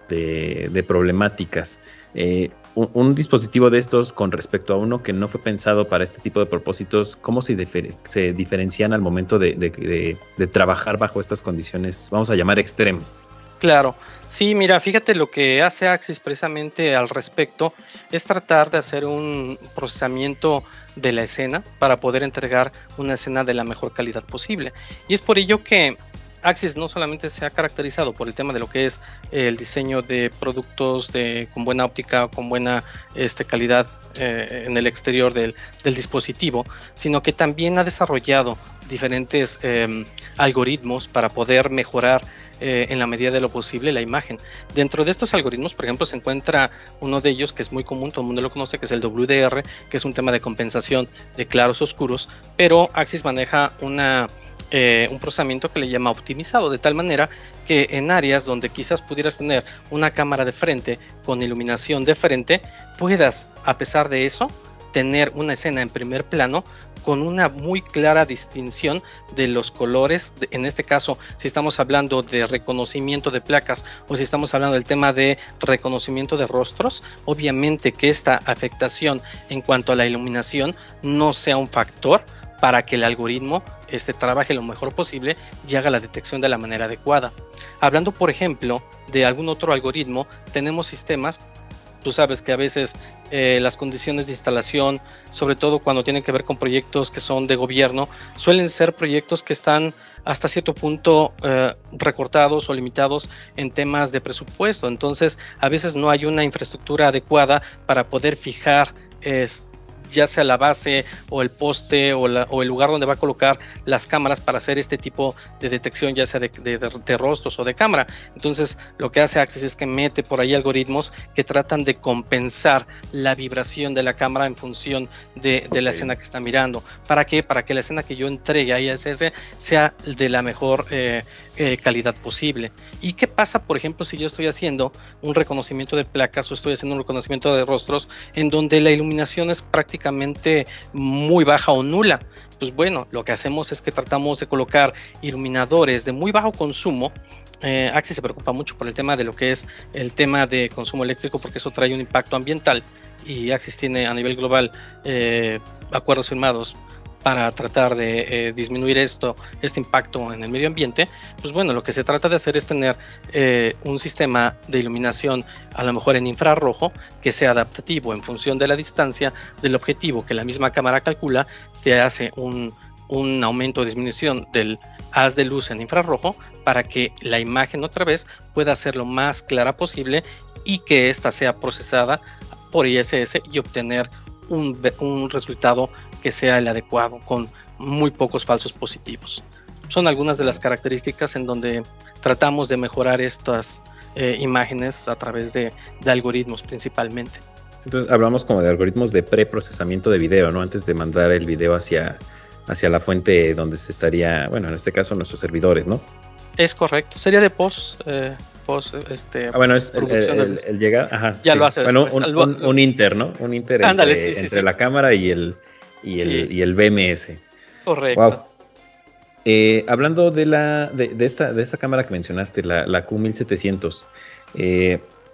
de, de problemáticas. Eh, un, un dispositivo de estos con respecto a uno que no fue pensado para este tipo de propósitos, ¿cómo se, difer- se diferencian al momento de, de, de, de trabajar bajo estas condiciones, vamos a llamar extremas? Claro, sí, mira, fíjate lo que hace Axis precisamente al respecto es tratar de hacer un procesamiento de la escena para poder entregar una escena de la mejor calidad posible. Y es por ello que Axis no solamente se ha caracterizado por el tema de lo que es el diseño de productos de, con buena óptica, con buena este, calidad eh, en el exterior del, del dispositivo, sino que también ha desarrollado diferentes eh, algoritmos para poder mejorar Eh, en la medida de lo posible la imagen. Dentro de estos algoritmos, por ejemplo, se encuentra uno de ellos que es muy común, todo el mundo lo conoce, que es el W D R, que es un tema de compensación de claros oscuros, pero Axis maneja una, eh, un procesamiento que le llama optimizado, de tal manera que en áreas donde quizás pudieras tener una cámara de frente con iluminación de frente, puedas, a pesar de eso, tener una escena en primer plano con una muy clara distinción de los colores, de, en este caso si estamos hablando de reconocimiento de placas o si estamos hablando del tema de reconocimiento de rostros, obviamente que esta afectación en cuanto a la iluminación no sea un factor para que el algoritmo este, trabaje lo mejor posible y haga la detección de la manera adecuada. Hablando por ejemplo de algún otro algoritmo, tenemos sistemas. Tú sabes que a veces eh, las condiciones de instalación, sobre todo cuando tienen que ver con proyectos que son de gobierno, suelen ser proyectos que están hasta cierto punto eh, recortados o limitados en temas de presupuesto. Entonces, a veces no hay una infraestructura adecuada para poder fijar este, ya sea la base o el poste o, la, o el lugar donde va a colocar las cámaras para hacer este tipo de detección, ya sea de, de, de, de rostros o de cámara. Entonces lo que hace Axis es que mete por ahí algoritmos que tratan de compensar la vibración de la cámara en función de, de okay. la escena que está mirando. ¿Para qué? Para que la escena que yo entregue a I S S sea de la mejor eh, eh, calidad posible. ¿Y qué pasa, por ejemplo, si yo estoy haciendo un reconocimiento de placas o estoy haciendo un reconocimiento de rostros en donde la iluminación es prácticamente muy baja o nula? Pues bueno, lo que hacemos es que tratamos de colocar iluminadores de muy bajo consumo. Eh, Axis se preocupa mucho por el tema de lo que es el tema de consumo eléctrico, porque eso trae un impacto ambiental, y Axis tiene a nivel global eh, acuerdos firmados para tratar de eh, disminuir esto, este impacto en el medio ambiente. Pues bueno, lo que se trata de hacer es tener eh, un sistema de iluminación a lo mejor en infrarrojo que sea adaptativo en función de la distancia del objetivo que la misma cámara calcula. Te hace un, un aumento o disminución del haz de luz en infrarrojo para que la imagen otra vez pueda ser lo más clara posible y que ésta sea procesada por I S S y obtener un, un resultado que sea el adecuado, con muy pocos falsos positivos. Son algunas de las características en donde tratamos de mejorar estas eh, imágenes a través de, de algoritmos principalmente. Entonces hablamos como de algoritmos de preprocesamiento de video, ¿no? Antes de mandar el video hacia, hacia la fuente donde se estaría, bueno, en este caso nuestros servidores, ¿no? Es correcto, sería de post, eh, post este, ah, bueno, es el, el, el, el llegar, ajá. Ya sí. lo hace bueno, después. un, un, un inter, ¿no? Un inter Ándale, entre, sí, sí, entre sí. la cámara y el, y el, sí. y el B M S. Correcto. Wow. Eh, hablando de la de, de esta de esta cámara que mencionaste, la, la Q mil setecientos, eh,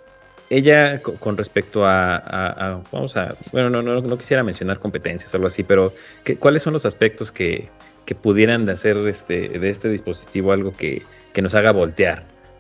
ella con respecto a, a, a vamos a, bueno, no, no, no quisiera mencionar competencias o algo así, pero ¿qué, ¿cuáles son los aspectos que, que pudieran de hacer este, de este dispositivo algo que, que nos haga voltear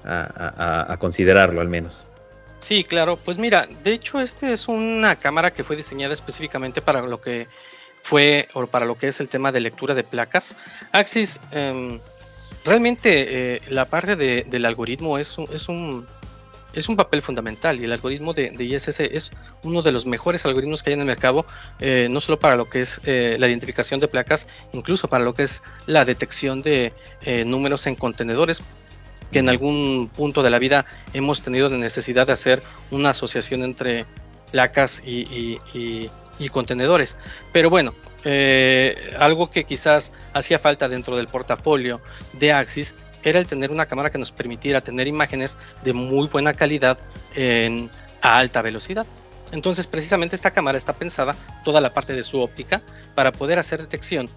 a, a, a considerarlo al menos? Sí, claro, pues mira, de hecho este es una cámara que fue diseñada específicamente para lo que fue, o para lo que es el tema de lectura de placas. Axis, eh, realmente eh, la parte de, del algoritmo es un, es un es un papel fundamental, y el algoritmo de, de I S S es uno de los mejores algoritmos que hay en el mercado, eh, no solo para lo que es eh, la identificación de placas, incluso para lo que es la detección de eh, números en contenedores, que en algún punto de la vida hemos tenido la necesidad de hacer una asociación entre placas y, y, y, y contenedores. Pero bueno, eh, algo que quizás hacía falta dentro del portafolio de Axis era el tener una cámara que nos permitiera tener imágenes de muy buena calidad en, a alta velocidad. Entonces, precisamente esta cámara está pensada, toda la parte de su óptica, para poder hacer detección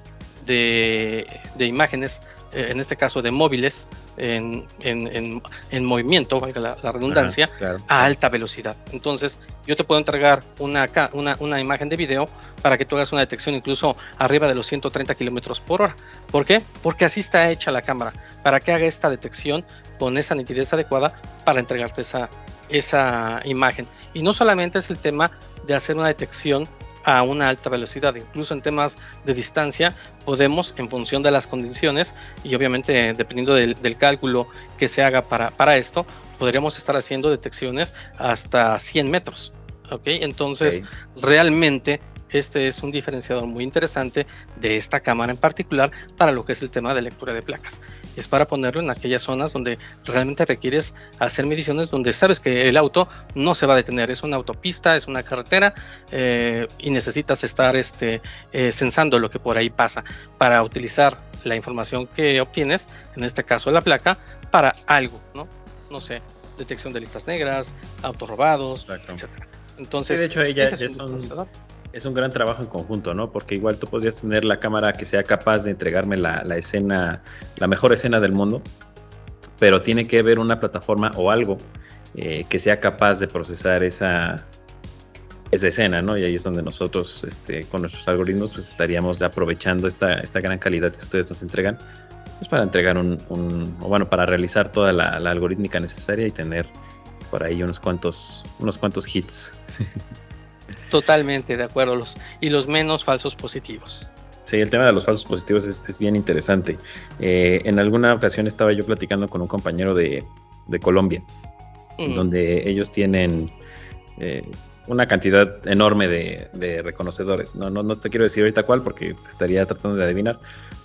de, de imágenes, eh, en este caso de móviles, en, en, en, en movimiento, valga la, la redundancia, Ajá, claro. a alta velocidad. Entonces, yo te puedo entregar una, una, una imagen de video para que tú hagas una detección incluso arriba de los ciento treinta kilómetros por hora. ¿Por qué? Porque así está hecha la cámara, para que haga esta detección con esa nitidez adecuada para entregarte esa, esa imagen. Y no solamente es el tema de hacer una detección a una alta velocidad, incluso en temas de distancia podemos, en función de las condiciones y obviamente dependiendo del, del cálculo que se haga para, para esto, podríamos estar haciendo detecciones hasta cien metros. ¿Okay? Entonces, okay. realmente este es un diferenciador muy interesante de esta cámara en particular para lo que es el tema de lectura de placas. Es para ponerlo en aquellas zonas donde realmente requieres hacer mediciones, donde sabes que el auto no se va a detener, es una autopista, es una carretera eh, y necesitas estar este, eh, censando lo que por ahí pasa para utilizar la información que obtienes, en este caso la placa, para algo, ¿no? No sé, detección de listas negras, autos robados, etcétera. Entonces, sí, de hecho, ella es, es un... Es un gran trabajo en conjunto, ¿no? Porque igual tú podrías tener la cámara que sea capaz de entregarme la, la escena, la mejor escena del mundo, pero tiene que haber una plataforma o algo eh, que sea capaz de procesar esa, esa escena, ¿no? Y ahí es donde nosotros, este, con nuestros algoritmos, pues estaríamos aprovechando esta, esta gran calidad que ustedes nos entregan, pues para entregar un, un o bueno, para realizar toda la, la algorítmica necesaria y tener por ahí unos cuantos, unos cuantos hits. Totalmente de acuerdo, los, y los menos falsos positivos. Sí, el tema de los falsos positivos es, es bien interesante. Eh, en alguna ocasión estaba yo platicando con un compañero de, de Colombia, mm. donde ellos tienen eh, una cantidad enorme de, de reconocedores. No, no, no te quiero decir ahorita cuál porque te estaría tratando de adivinar.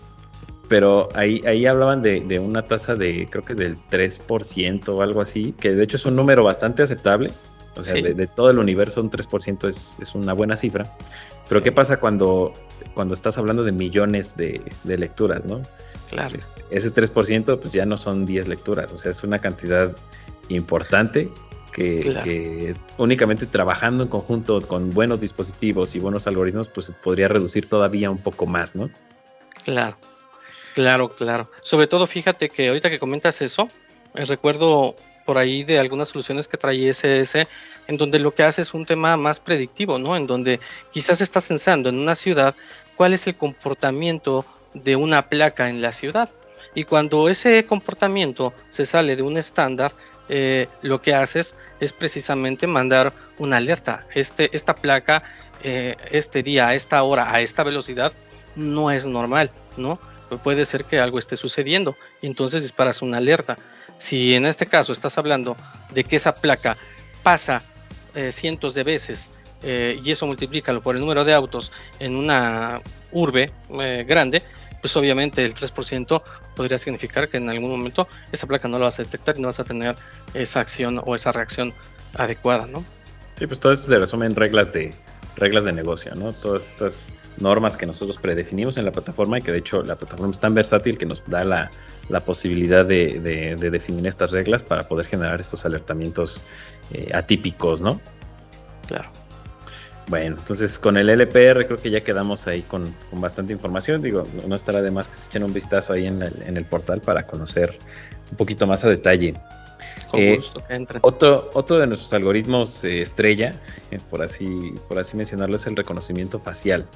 Pero ahí, ahí hablaban de, de una tasa de, creo que del tres por ciento o algo así, que de hecho es un número bastante aceptable. O sea, sí. de, de todo el universo un tres por ciento es, es una buena cifra. Pero sí. ¿qué pasa cuando, cuando estás hablando de millones de, de lecturas, ¿no? Claro. Este, ese tres por ciento pues ya no son diez lecturas. O sea, es una cantidad importante que, claro. que únicamente trabajando en conjunto con buenos dispositivos y buenos algoritmos pues podría reducir todavía un poco más, ¿no? Claro, claro, claro. Sobre todo fíjate que ahorita que comentas eso, eh, recuerdo por ahí de algunas soluciones que trae I S S, en donde lo que hace es un tema más predictivo, ¿no? En donde quizás estás pensando en una ciudad, cuál es el comportamiento de una placa en la ciudad. Y cuando ese comportamiento se sale de un estándar, eh, lo que haces es precisamente mandar una alerta. Este, esta placa, eh, este día, a esta hora, a esta velocidad, no es normal, ¿no? Puede ser que algo esté sucediendo, y entonces disparas una alerta. Si en este caso estás hablando de que esa placa pasa eh, cientos de veces eh, y eso multiplícalo por el número de autos en una urbe eh, grande, pues obviamente el tres por ciento podría significar que en algún momento esa placa no la vas a detectar y no vas a tener esa acción o esa reacción adecuada, ¿no? Sí, pues todo esto se resume en reglas de, reglas de negocio, ¿no? Todas estas normas que nosotros predefinimos en la plataforma y que de hecho la plataforma es tan versátil que nos da la, la posibilidad de, de, de definir estas reglas para poder generar estos alertamientos eh, atípicos, ¿no? Claro. Bueno, entonces con el L P R creo que ya quedamos ahí con, con bastante información. Digo, no, no estará de más que se echen un vistazo ahí en, la, en el portal para conocer un poquito más a detalle. Con eh, gusto, que entren. Otro, otro de nuestros algoritmos eh, estrella, eh, por así, por así mencionarlo, es el reconocimiento facial.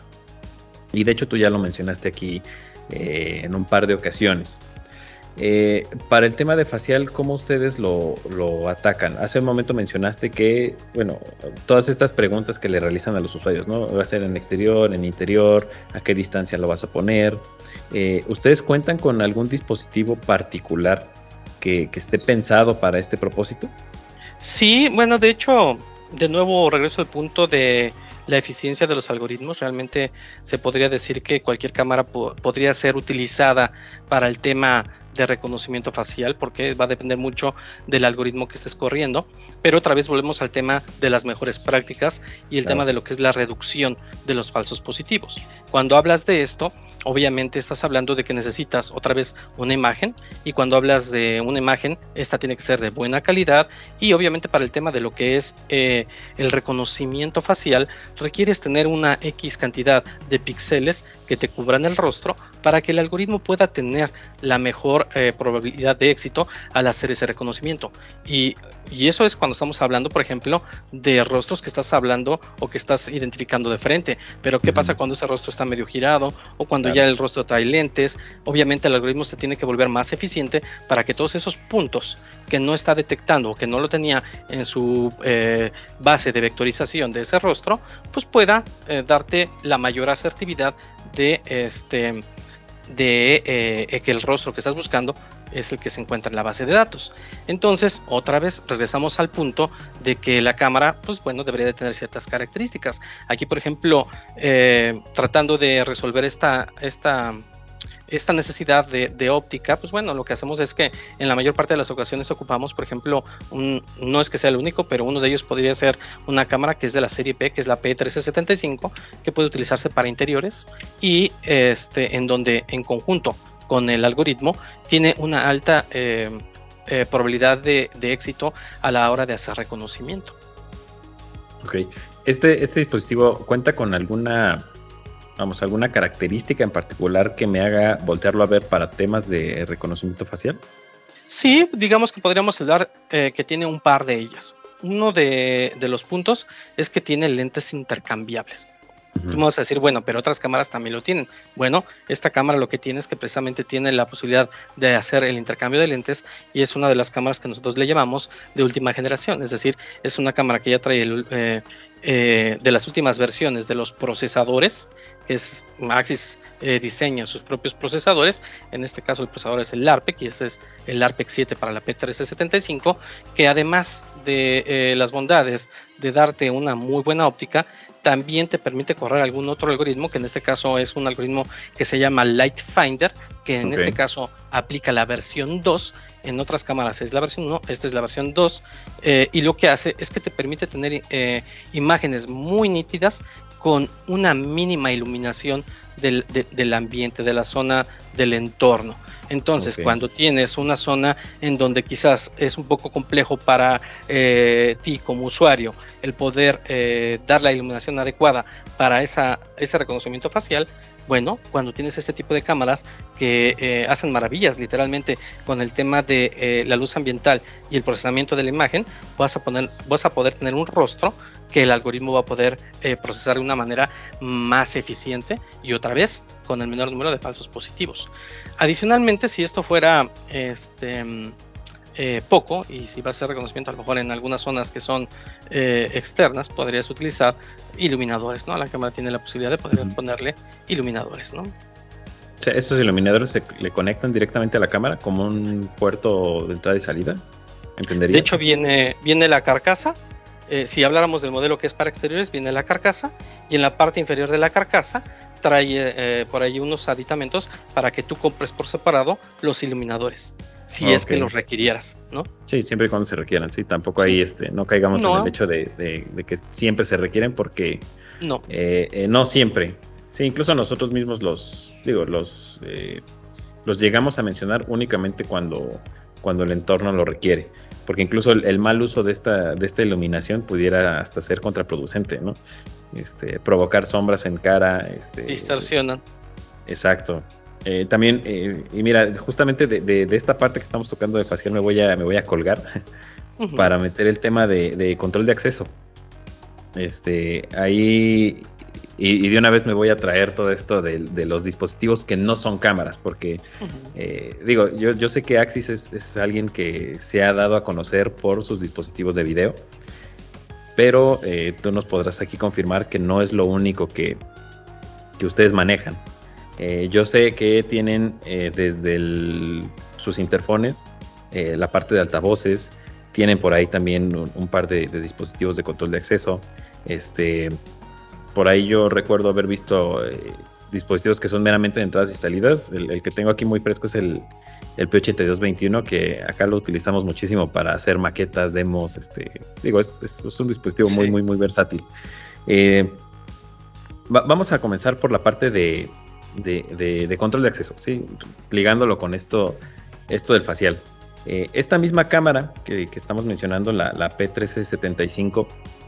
Y de hecho tú ya lo mencionaste aquí eh, en un par de ocasiones. Eh, para el tema de facial, ¿cómo ustedes lo, lo atacan? Hace un momento mencionaste que, bueno, todas estas preguntas que le realizan a los usuarios, ¿no? ¿Va a ser en exterior, en interior? ¿A qué distancia lo vas a poner? Eh, ¿Ustedes cuentan con algún dispositivo particular que, que esté pensado para este propósito? Sí, bueno, de hecho, de nuevo regreso al punto de la eficiencia de los algoritmos. Realmente se podría decir que cualquier cámara po- podría ser utilizada para el tema de reconocimiento facial, porque va a depender mucho del algoritmo que estés corriendo, pero otra vez volvemos al tema de las mejores prácticas y el claro. tema de lo que es la reducción de los falsos positivos. Cuando hablas de esto, obviamente estás hablando de que necesitas otra vez una imagen, y cuando hablas de una imagen, esta tiene que ser de buena calidad, y obviamente para el tema de lo que es eh, el reconocimiento facial, requieres tener una X cantidad de píxeles que te cubran el rostro para que el algoritmo pueda tener la mejor eh, probabilidad de éxito al hacer ese reconocimiento. Y, y eso es cuando estamos hablando, por ejemplo, de rostros que estás hablando o que estás identificando de frente. Pero ¿qué uh-huh. pasa cuando ese rostro está medio girado o cuando claro. ya el rostro trae lentes? Obviamente el algoritmo se tiene que volver más eficiente para que todos esos puntos que no está detectando o que no lo tenía en su eh, base de vectorización de ese rostro, pues pueda eh, darte la mayor asertividad de este de eh, que el rostro que estás buscando es el que se encuentra en la base de datos. Entonces, otra vez regresamos al punto de que la cámara, pues bueno, debería de tener ciertas características. Aquí, por ejemplo, eh, tratando de resolver esta, esta, esta necesidad de, de óptica, pues bueno, lo que hacemos es que en la mayor parte de las ocasiones ocupamos, por ejemplo, un, no es que sea el único, pero uno de ellos podría ser una cámara que es de la serie P, que es la P trece setenta y cinco, que puede utilizarse para interiores y este, en donde en conjunto con el algoritmo tiene una alta eh, eh, probabilidad de, de éxito a la hora de hacer reconocimiento. Ok, este, este dispositivo cuenta con alguna, vamos, alguna característica en particular que me haga voltearlo a ver para temas de reconocimiento facial. Sí, digamos que podríamos hablar eh, que tiene un par de ellas. Uno de, de los puntos es que tiene lentes intercambiables. Uh-huh. Vamos a decir, bueno, pero otras cámaras también lo tienen. Bueno, esta cámara lo que tiene es que precisamente tiene la posibilidad de hacer el intercambio de lentes, y es una de las cámaras que nosotros le llamamos de última generación. Es decir, es una cámara que ya trae el, eh, eh, de las últimas versiones de los procesadores, que es Axis eh, diseña sus propios procesadores. En este caso el procesador es el ARPEC, y ese es el ARPEC siete para la P trece setenta y cinco, que además de eh, las bondades de darte una muy buena óptica, también te permite correr algún otro algoritmo, que en este caso es un algoritmo que se llama Light Finder, que en okay. este caso aplica la versión dos. En otras cámaras es la versión uno, esta es la versión dos, eh, y lo que hace es que te permite tener eh, imágenes muy nítidas con una mínima iluminación del, de, del ambiente, de la zona del entorno. Entonces, okay. cuando tienes una zona en donde quizás es un poco complejo para eh, ti como usuario el poder eh, dar la iluminación adecuada para esa, ese reconocimiento facial, bueno, cuando tienes este tipo de cámaras que eh, hacen maravillas literalmente con el tema de eh, la luz ambiental y el procesamiento de la imagen, vas a, poner, vas a poder tener un rostro que el algoritmo va a poder eh, procesar de una manera más eficiente, y otra vez con el menor número de falsos positivos. Adicionalmente, si esto fuera este, eh, poco, y si vas a hacer reconocimiento a lo mejor en algunas zonas que son eh, externas, podrías utilizar iluminadores, ¿no? La cámara tiene la posibilidad de poder ponerle iluminadores, ¿no? O sea, ¿estos iluminadores se le conectan directamente a la cámara como un puerto de entrada y salida? ¿Entendería? De hecho, viene, viene la carcasa. Eh, si habláramos del modelo que es para exteriores, viene la carcasa, y en la parte inferior de la carcasa trae eh, por ahí unos aditamentos para que tú compres por separado los iluminadores, si okay. es que los requirieras, ¿no? Sí, siempre y cuando se requieran, sí, tampoco sí. ahí este, no caigamos no. en el hecho de, de, de que siempre se requieren, porque no, eh, eh, no siempre. Sí, incluso nosotros mismos los, digo, los, eh, los llegamos a mencionar únicamente cuando, cuando el entorno lo requiere. Porque incluso el, el mal uso de esta, de esta iluminación pudiera hasta ser contraproducente, ¿no? Este, provocar sombras en cara. Este, distorsionan. Exacto. Eh, también, eh, y mira, justamente de, de, de esta parte que estamos tocando de facial me voy a, me voy a colgar uh-huh. para meter el tema de, de control de acceso. Este, ahí... Y, y de una vez me voy a traer todo esto de, de los dispositivos que no son cámaras, porque uh-huh. eh, digo, yo, yo sé que Axis es, es alguien que se ha dado a conocer por sus dispositivos de video, pero eh, tú nos podrás aquí confirmar que no es lo único que, que ustedes manejan. Eh, yo sé que tienen eh, desde el, sus interfones, eh, la parte de altavoces, tienen por ahí también un, un par de, de dispositivos de control de acceso. Este... Por ahí yo recuerdo haber visto eh, dispositivos que son meramente de entradas y salidas. El, el que tengo aquí muy fresco es el, el P ochenta y dos veintiuno, que acá lo utilizamos muchísimo para hacer maquetas, demos. Este, digo, es, es, es un dispositivo sí. muy, muy, muy versátil. Eh, va, vamos a comenzar por la parte de, de, de, de control de acceso, ¿sí? Ligándolo con esto, esto del facial. Eh, esta misma cámara que, que estamos mencionando, la, la P trece setenta y cinco,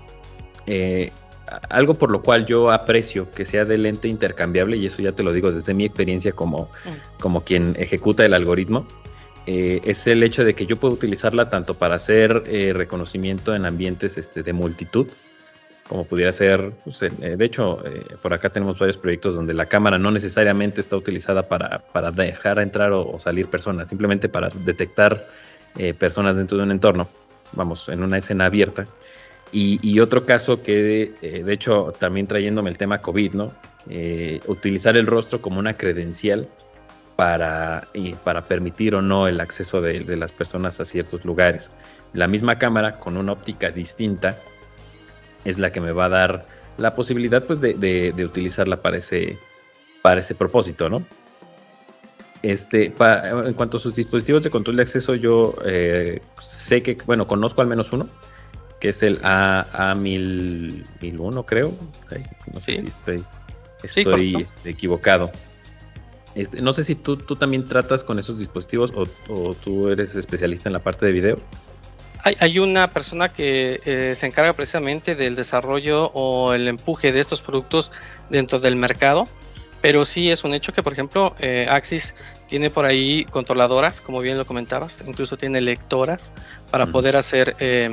eh, algo por lo cual yo aprecio que sea de lente intercambiable, y eso ya te lo digo desde mi experiencia como, mm. como quien ejecuta el algoritmo, eh, es el hecho de que yo puedo utilizarla tanto para hacer eh, reconocimiento en ambientes este, de multitud, como pudiera ser, pues, eh, de hecho, eh, por acá tenemos varios proyectos donde la cámara no necesariamente está utilizada para, para dejar entrar o, o salir personas, simplemente para detectar eh, personas dentro de un entorno, vamos, en una escena abierta. Y, y otro caso que, eh, de hecho, también trayéndome el tema COVID, ¿no? Eh, utilizar el rostro como una credencial para, y para permitir o no el acceso de, de las personas a ciertos lugares. La misma cámara, con una óptica distinta, es la que me va a dar la posibilidad, pues, de, de, de utilizarla para ese, para ese propósito, ¿no? Este, para, en cuanto a sus dispositivos de control de acceso, yo eh, sé que, bueno, conozco al menos uno, que es el A mil uno, creo. Ay, no sé sí. si estoy, estoy sí, este, equivocado. Este, no sé si tú, tú también tratas con esos dispositivos o, o tú eres especialista en la parte de video. Hay, hay una persona que eh, se encarga precisamente del desarrollo o el empuje de estos productos dentro del mercado, pero sí es un hecho que, por ejemplo, eh, Axis tiene por ahí controladoras, como bien lo comentabas, incluso tiene lectoras para uh-huh. poder hacer eh,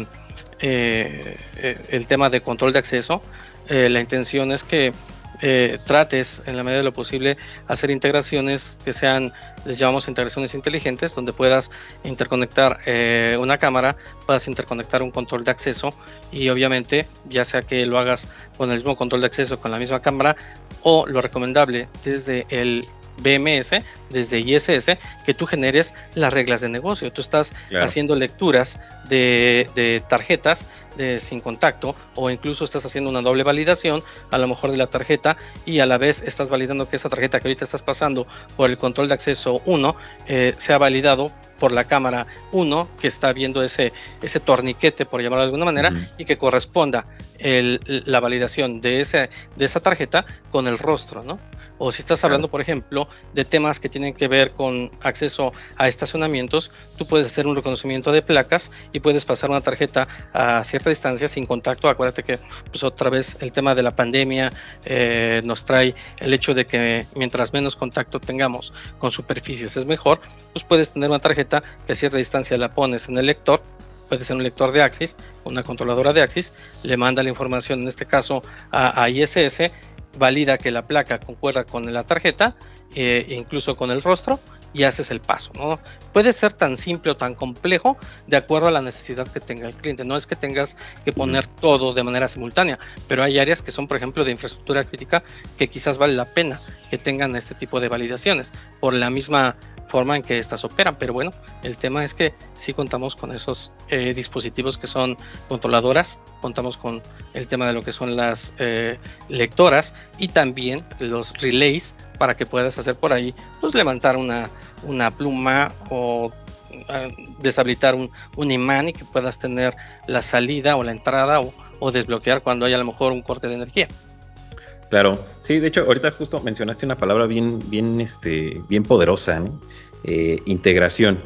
eh, eh, el tema de control de acceso. Eh, la intención es que Eh, trates en la medida de lo posible hacer integraciones que sean, les llamamos integraciones inteligentes, donde puedas interconectar eh, una cámara, puedas interconectar un control de acceso, y obviamente ya sea que lo hagas con el mismo control de acceso con la misma cámara, o lo recomendable desde el B M S, desde I S S, que tú generes las reglas de negocio. Tú estás claro. haciendo lecturas de, de tarjetas de, sin contacto, o incluso estás haciendo una doble validación a lo mejor de la tarjeta, y a la vez estás validando que esa tarjeta que ahorita estás pasando por el control de acceso uno eh, sea validado por la cámara uno, que está viendo ese, ese torniquete, por llamarlo de alguna manera, uh-huh. y que corresponda el, la validación de, ese, de esa tarjeta con el rostro, ¿no? O si estás hablando, por ejemplo, de temas que tienen que ver con acceso a estacionamientos, tú puedes hacer un reconocimiento de placas y puedes pasar una tarjeta a cierta distancia sin contacto. Acuérdate que, pues, otra vez el tema de la pandemia eh, nos trae el hecho de que mientras menos contacto tengamos con superficies es mejor. Pues puedes tener una tarjeta que a cierta distancia la pones en el lector. Puede ser un lector de Axis, una controladora de Axis, le manda la información, en este caso a, a I S S, valida que la placa concuerda con la tarjeta, eh, incluso con el rostro, y haces el paso, ¿no? Puede ser tan simple o tan complejo de acuerdo a la necesidad que tenga el cliente. No es que tengas que poner todo de manera simultánea, pero hay áreas que son, por ejemplo, de infraestructura crítica, que quizás vale la pena que tengan este tipo de validaciones por la misma forma en que estas operan. Pero bueno, el tema es que sí contamos con esos eh, dispositivos que son controladoras, contamos con el tema de lo que son las eh, lectoras, y también los relays para que puedas hacer por ahí, pues, levantar una, una pluma o uh, deshabilitar un, un imán, y que puedas tener la salida o la entrada, o, o desbloquear cuando hay a lo mejor un corte de energía. Claro, sí, de hecho, ahorita justo mencionaste una palabra bien, bien, este, bien poderosa, ¿no? Eh, integración.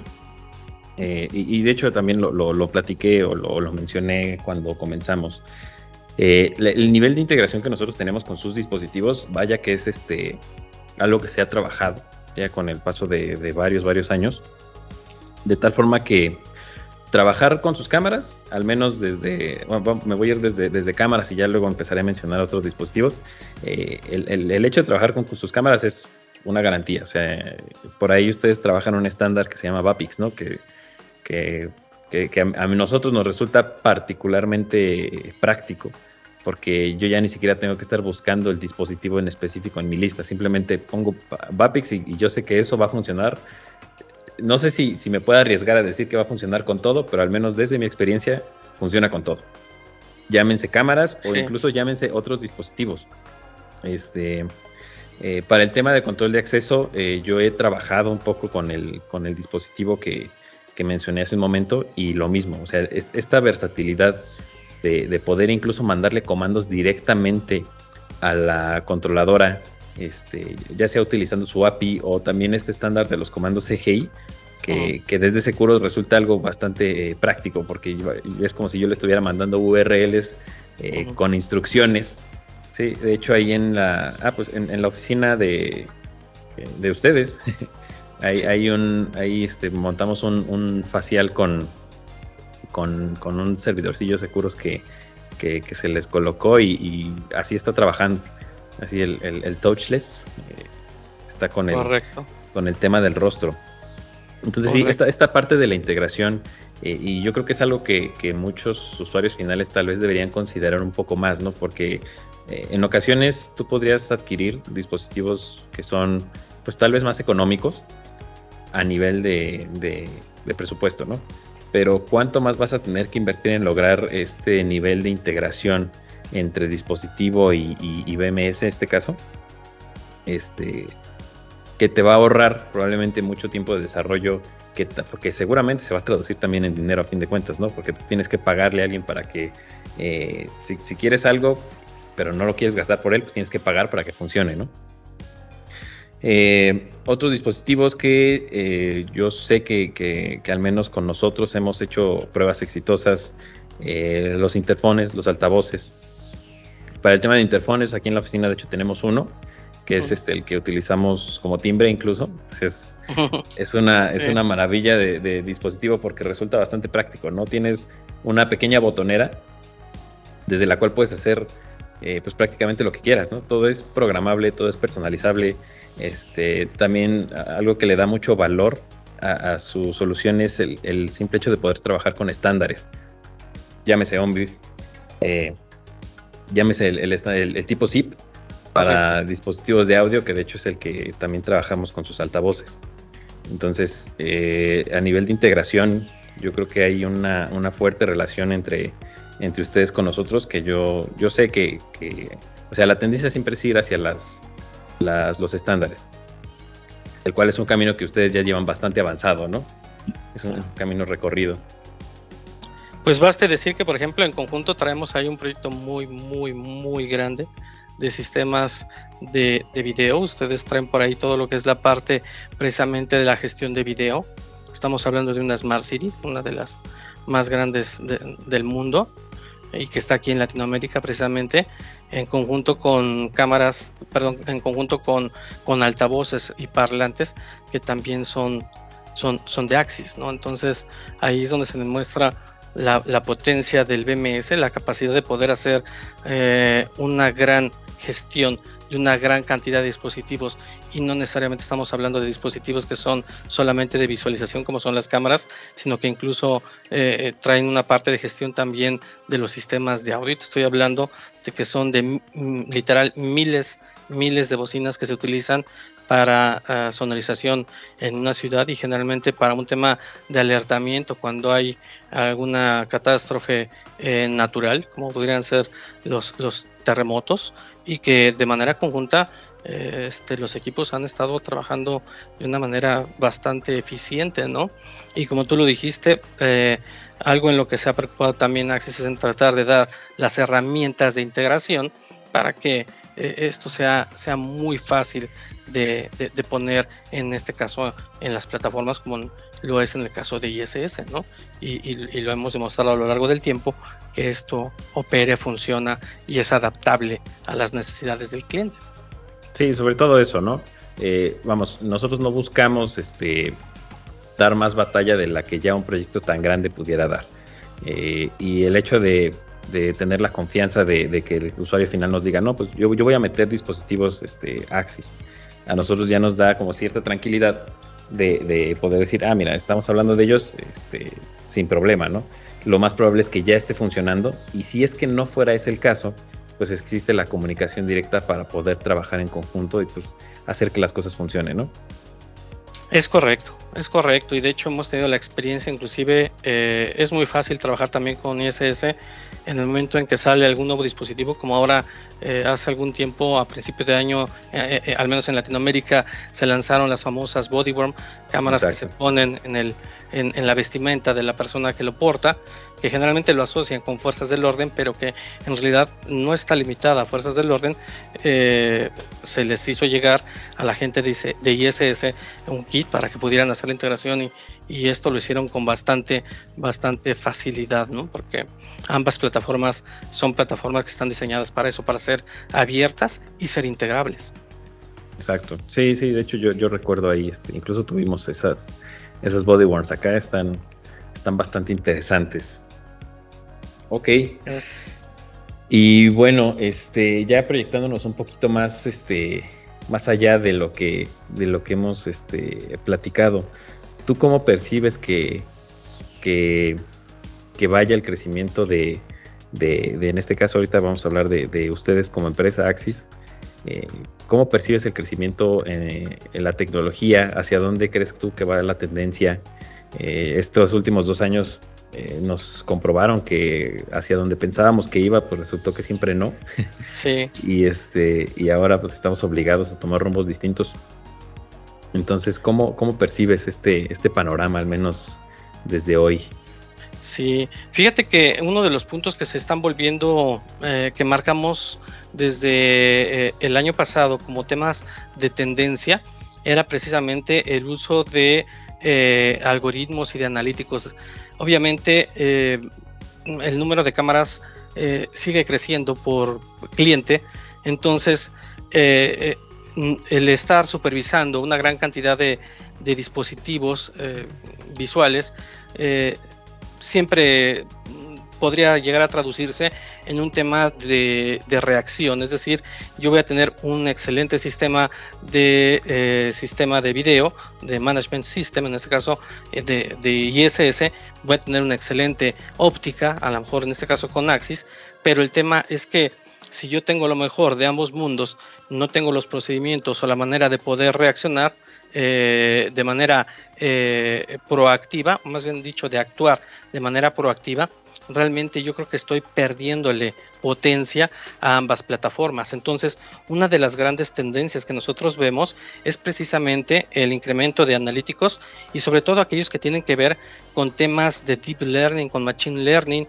Eh, y, y de hecho también lo, lo, lo platiqué o lo, lo mencioné cuando comenzamos. Eh, el nivel de integración que nosotros tenemos con sus dispositivos, vaya que es este algo que se ha trabajado ya con el paso de, de varios, varios años, de tal forma que trabajar con sus cámaras, al menos desde, bueno, me voy a ir desde, desde cámaras y ya luego empezaré a mencionar otros dispositivos. Eh, el, el, el hecho de trabajar con sus cámaras es una garantía. O sea, por ahí ustedes trabajan un estándar que se llama VAPIX, ¿no? Que, que, que, que a nosotros nos resulta particularmente práctico, porque yo ya ni siquiera tengo que estar buscando el dispositivo en específico en mi lista. Simplemente pongo VAPIX y, y yo sé que eso va a funcionar. No sé si, si me puedo arriesgar a decir que va a funcionar con todo, pero al menos desde mi experiencia funciona con todo. Llámense cámaras, sí, o incluso llámense otros dispositivos. Este, Eh, para el tema de control de acceso, eh, yo he trabajado un poco con el, con el dispositivo que, que mencioné hace un momento y lo mismo, o sea, es, esta versatilidad de, de poder incluso mandarle comandos directamente a la controladora, este, ya sea utilizando su A P I o también este estándar de los comandos C G I, que, uh-huh. que desde Securus resulta algo bastante eh, práctico, porque es como si yo le estuviera mandando U R Ls eh, uh-huh. con instrucciones. Sí, de hecho ahí en la ah, pues en, en la oficina de, de ustedes hay, sí. hay un ahí este montamos un, un facial con, con, con un servidorcillo Securus que, que, que se les colocó y, y así está trabajando. Así el, el, el touchless eh, está con el, Correcto. con el tema del rostro. Entonces Correcto. sí, esta, esta parte de la integración eh, y yo creo que es algo que, que muchos usuarios finales tal vez deberían considerar un poco más, ¿no? Porque eh, en ocasiones tú podrías adquirir dispositivos que son pues tal vez más económicos a nivel de, de, de presupuesto, ¿no? Pero ¿cuánto más vas a tener que invertir en lograr este nivel de integración entre dispositivo y, y, y B M S en este caso? Este... que te va a ahorrar probablemente mucho tiempo de desarrollo, que, porque seguramente se va a traducir también en dinero a fin de cuentas, ¿no? Porque tú tienes que pagarle a alguien para que, eh, si, si quieres algo, pero no lo quieres gastar por él, pues tienes que pagar para que funcione, ¿no? Eh, otros dispositivos que eh, yo sé que, que, que al menos con nosotros hemos hecho pruebas exitosas, eh, los interfones, los altavoces. Para el tema de interfones, aquí en la oficina de hecho tenemos uno, que es este el que utilizamos como timbre incluso. Pues es, es, una, es sí. una maravilla de, de dispositivo porque resulta bastante práctico, ¿no? Tienes una pequeña botonera desde la cual puedes hacer eh, pues prácticamente lo que quieras, ¿no? Todo es programable, todo es personalizable. Este, también algo que le da mucho valor a, a su solución es el, el simple hecho de poder trabajar con estándares. Llámese Ombi, eh, llámese el, el, el, el tipo zip, para okay. dispositivos de audio, que de hecho es el que también trabajamos con sus altavoces. Entonces, eh, a nivel de integración, yo creo que hay una, una fuerte relación entre, entre ustedes con nosotros, que yo, yo sé que, que, o sea, la tendencia siempre es ir hacia las, las, los estándares, el cual es un camino que ustedes ya llevan bastante avanzado, ¿no? Es un camino recorrido. Pues baste decir que, por ejemplo, en conjunto traemos ahí un proyecto muy, muy, muy grande de sistemas de, de video. Ustedes traen por ahí todo lo que es la parte precisamente de la gestión de video. Estamos hablando de una Smart City, una de las más grandes de, del mundo y que está aquí en Latinoamérica precisamente, en conjunto con cámaras, perdón, en conjunto con, con altavoces y parlantes que también son, son, son de Axis, ¿no? Entonces ahí es donde se demuestra La, la potencia del B M S, la capacidad de poder hacer eh, una gran gestión de una gran cantidad de dispositivos, y no necesariamente estamos hablando de dispositivos que son solamente de visualización como son las cámaras, sino que incluso eh, traen una parte de gestión también de los sistemas de audio. Estoy hablando de que son de m- literal miles miles de bocinas que se utilizan para uh, sonorización en una ciudad, y generalmente para un tema de alertamiento cuando hay alguna catástrofe eh, natural, como podrían ser los, los terremotos, y que de manera conjunta eh, este, los equipos han estado trabajando de una manera bastante eficiente, ¿no? Y como tú lo dijiste, eh, algo en lo que se ha preocupado también Axis es en tratar de dar las herramientas de integración para que eh, esto sea, sea muy fácil de, de, de poner, en este caso en las plataformas, como lo es en el caso de I S S, ¿no? Y, y, y lo hemos demostrado a lo largo del tiempo que esto opere, funciona y es adaptable a las necesidades del cliente. Sí, sobre todo eso, ¿no? Eh, vamos, nosotros no buscamos este, dar más batalla de la que ya un proyecto tan grande pudiera dar. Eh, y el hecho de, de tener la confianza de, de que el usuario final nos diga, no, pues yo, yo voy a meter dispositivos este, Axis, a nosotros ya nos da como cierta tranquilidad de, de poder decir, ah, mira, estamos hablando de ellos este, sin problema, ¿no? Lo más probable es que ya esté funcionando, y si es que no fuera ese el caso, pues existe la comunicación directa para poder trabajar en conjunto y pues hacer que las cosas funcionen, ¿no? Es correcto, es correcto, y de hecho hemos tenido la experiencia, inclusive eh, es muy fácil trabajar también con I S S en el momento en que sale algún nuevo dispositivo, como ahora eh, hace algún tiempo, a principios de año, eh, eh, al menos en Latinoamérica, se lanzaron las famosas bodyworm, cámaras Exacto. que se ponen en, el, en, en la vestimenta de la persona que lo porta, que generalmente lo asocian con fuerzas del orden, pero que en realidad no está limitada a fuerzas del orden. Eh, se les hizo llegar a la gente de, de I S S un kit para que pudieran hacer la integración y, y esto lo hicieron con bastante, bastante facilidad, ¿no? Porque ambas plataformas son plataformas que están diseñadas para eso, para ser abiertas y ser integrables. Exacto, sí, sí, de hecho yo, yo recuerdo ahí, este, incluso tuvimos esas, esas bodyworms acá, están, están bastante interesantes. Ok. Y bueno, este, ya proyectándonos un poquito más, este, más allá de lo que, de lo que hemos, este, platicado, ¿tú cómo percibes que, que, que vaya el crecimiento de, de, de, en este caso ahorita vamos a hablar de, de ustedes como empresa Axis? Eh, ¿Cómo percibes el crecimiento en, en la tecnología? ¿Hacia dónde crees tú que va la tendencia? Eh, estos últimos dos años eh, nos comprobaron que hacia donde pensábamos que iba, pues resultó que siempre no. Sí. y este y ahora pues estamos obligados a tomar rumbos distintos. Entonces, ¿cómo, cómo percibes este, este panorama, al menos desde hoy? Sí, fíjate que uno de los puntos que se están volviendo, eh, que marcamos desde eh, el año pasado como temas de tendencia, era precisamente el uso de eh, algoritmos y de analíticos. Obviamente eh, el número de cámaras eh, sigue creciendo por cliente, entonces eh, eh, el estar supervisando una gran cantidad de, de dispositivos eh, visuales eh, siempre podría llegar a traducirse en un tema de, de reacción, es decir, yo voy a tener un excelente sistema de eh, sistema de video, de management system, en este caso eh, de, de I S S, voy a tener una excelente óptica, a lo mejor en este caso con Axis, pero el tema es que si yo tengo lo mejor de ambos mundos, no tengo los procedimientos o la manera de poder reaccionar eh, de manera eh, proactiva, más bien dicho, de actuar de manera proactiva, realmente yo creo que estoy perdiéndole potencia a ambas plataformas. Entonces, una de las grandes tendencias que nosotros vemos es precisamente el incremento de analíticos y sobre todo aquellos que tienen que ver con temas de deep learning, con machine learning,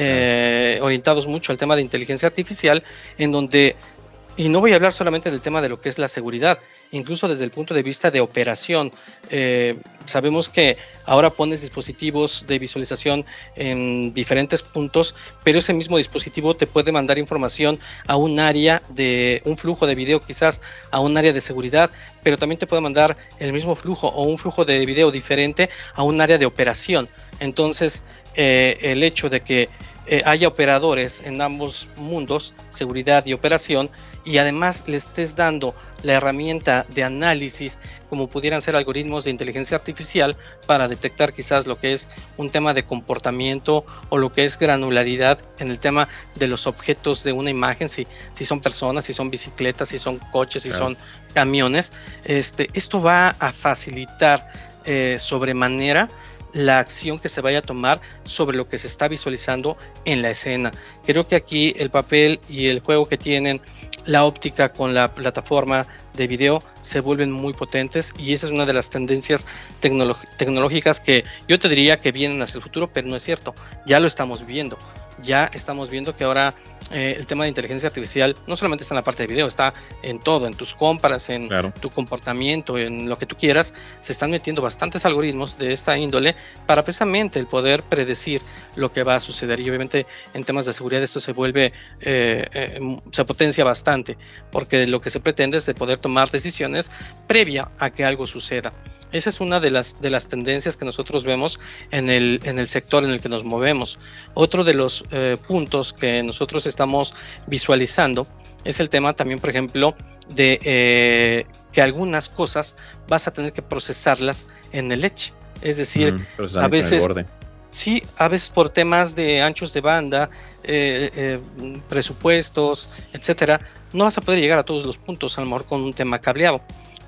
eh, orientados mucho al tema de inteligencia artificial, en donde, y no voy a hablar solamente del tema de lo que es la seguridad, incluso desde el punto de vista de operación. Eh, sabemos que ahora pones dispositivos de visualización en diferentes puntos, pero ese mismo dispositivo te puede mandar información a un área de un flujo de video, quizás a un área de seguridad, pero también te puede mandar el mismo flujo o un flujo de video diferente a un área de operación. Entonces, eh, el hecho de que eh, haya operadores en ambos mundos, seguridad y operación, y además le estés dando la herramienta de análisis como pudieran ser algoritmos de inteligencia artificial para detectar quizás lo que es un tema de comportamiento o lo que es granularidad en el tema de los objetos de una imagen, si, si son personas, si son bicicletas, si son coches, si claro. son camiones. Este, esto va a facilitar eh, sobremanera la acción que se vaya a tomar sobre lo que se está visualizando en la escena. Creo que aquí el papel y el juego que tienen la óptica con la plataforma de video se vuelven muy potentes y esa es una de las tendencias tecnolo- tecnológicas que yo te diría que vienen hacia el futuro, pero no es cierto, ya lo estamos viendo. Ya estamos viendo que ahora eh, el tema de inteligencia artificial no solamente está en la parte de video, está en todo, en tus compras, en claro. tu comportamiento, en lo que tú quieras. Se están metiendo bastantes algoritmos de esta índole para precisamente el poder predecir lo que va a suceder. Y obviamente en temas de seguridad esto se vuelve, eh, eh, se potencia bastante, porque lo que se pretende es de poder tomar decisiones previa a que algo suceda. Esa es una de las, de las tendencias que nosotros vemos en el, en el sector en el que nos movemos. Otro de los eh, puntos que nosotros estamos visualizando es el tema también, por ejemplo, de eh, que algunas cosas vas a tener que procesarlas en el edge. Es decir, mm, a veces... Sí, a veces por temas de anchos de banda, eh, eh, presupuestos, etcétera, no vas a poder llegar a todos los puntos, a lo mejor con un tema cableado.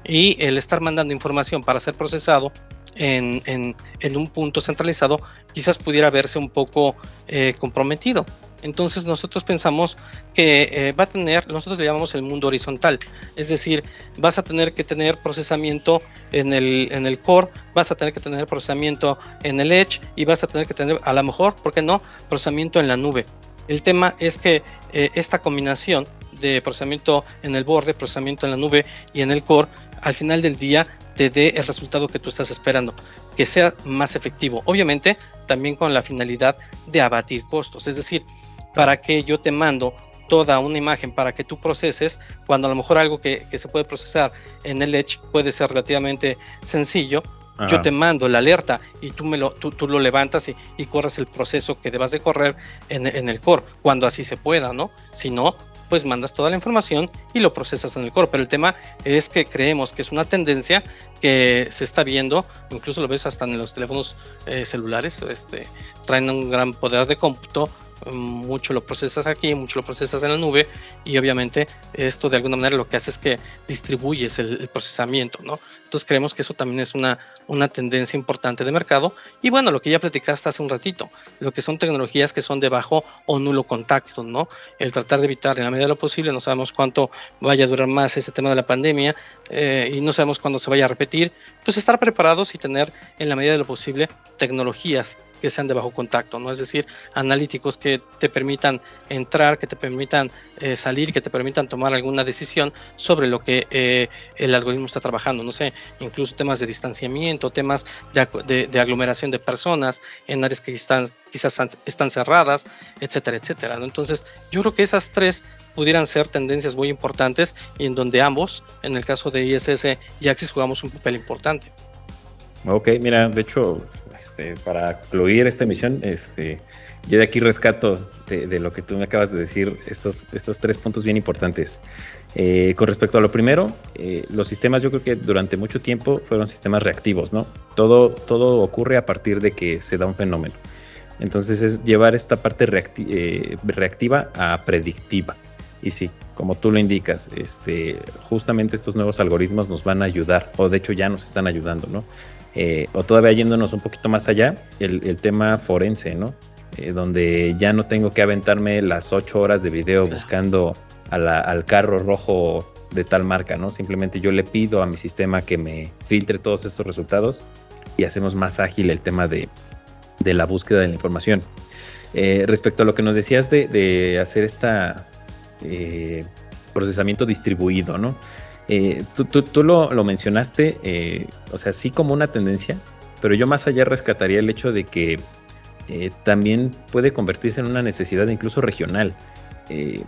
y el estar mandando información para ser procesado en, en, en un punto centralizado quizás pudiera verse un poco eh, comprometido. Entonces nosotros pensamos que eh, va a tener, nosotros le llamamos el mundo horizontal, es decir, vas a tener que tener procesamiento en el, en el core, vas a tener que tener procesamiento en el edge y vas a tener que tener, a lo mejor, ¿por qué no?, procesamiento en la nube. El tema es que eh, esta combinación de procesamiento en el borde, procesamiento en la nube y en el core, al final del día te dé el resultado que tú estás esperando, que sea más efectivo. Obviamente, también con la finalidad de abatir costos, es decir, para que yo te mando toda una imagen para que tú proceses, cuando a lo mejor algo que, que se puede procesar en el Edge puede ser relativamente sencillo. Ajá. Yo te mando la alerta y tú, me lo, tú, tú lo levantas y, y corres el proceso que debas de correr en, en el core, cuando así se pueda, ¿no? Si no, pues mandas toda la información y lo procesas en el core. Pero el tema es que creemos que es una tendencia que se está viendo, incluso lo ves hasta en los teléfonos eh, celulares, este, traen un gran poder de cómputo, mucho lo procesas aquí, mucho lo procesas en la nube, y obviamente esto de alguna manera lo que hace es que distribuyes el, el procesamiento, ¿no? Entonces creemos que eso también es una, una tendencia importante de mercado. Y bueno, lo que ya platicaste hace un ratito, lo que son tecnologías que son de bajo o nulo contacto, ¿no? El tratar de evitar en la medida de lo posible, no sabemos cuánto vaya a durar más ese tema de la pandemia, eh, y no sabemos cuándo se vaya a repetir, pues estar preparados y tener en la medida de lo posible tecnologías que sean de bajo contacto, ¿no? Es decir, analíticos que te permitan entrar, que te permitan eh, salir, que te permitan tomar alguna decisión sobre lo que eh, el algoritmo está trabajando, no sé, incluso temas de distanciamiento, temas de, de, de aglomeración de personas en áreas que están, quizás están cerradas, etcétera, etcétera, ¿no? Entonces, yo creo que esas tres pudieran ser tendencias muy importantes y en donde ambos, en el caso de I S S y Axis, jugamos un papel importante. Ok, mira, de hecho, este, para concluir esta emisión, este, yo de aquí rescato de, de lo que tú me acabas de decir estos, estos tres puntos bien importantes. Eh, con respecto a lo primero, eh, los sistemas yo creo que durante mucho tiempo fueron sistemas reactivos, ¿no? Todo, todo ocurre a partir de que se da un fenómeno. Entonces es llevar esta parte reacti- eh, reactiva a predictiva. Y sí, como tú lo indicas, este, justamente estos nuevos algoritmos nos van a ayudar, o de hecho ya nos están ayudando, ¿no? Eh, o todavía yéndonos un poquito más allá, el, el tema forense, ¿no? Eh, donde ya no tengo que aventarme las ocho horas de video claro. buscando a la, al carro rojo de tal marca, ¿no? Simplemente yo le pido a mi sistema que me filtre todos estos resultados y hacemos más ágil el tema de, de la búsqueda de la información. Eh, respecto a lo que nos decías de, de hacer esta eh, procesamiento distribuido, ¿no? Eh, tú, tú, tú lo, lo mencionaste, eh, o sea, sí como una tendencia, pero yo más allá rescataría el hecho de que eh, también puede convertirse en una necesidad incluso regional. Eh,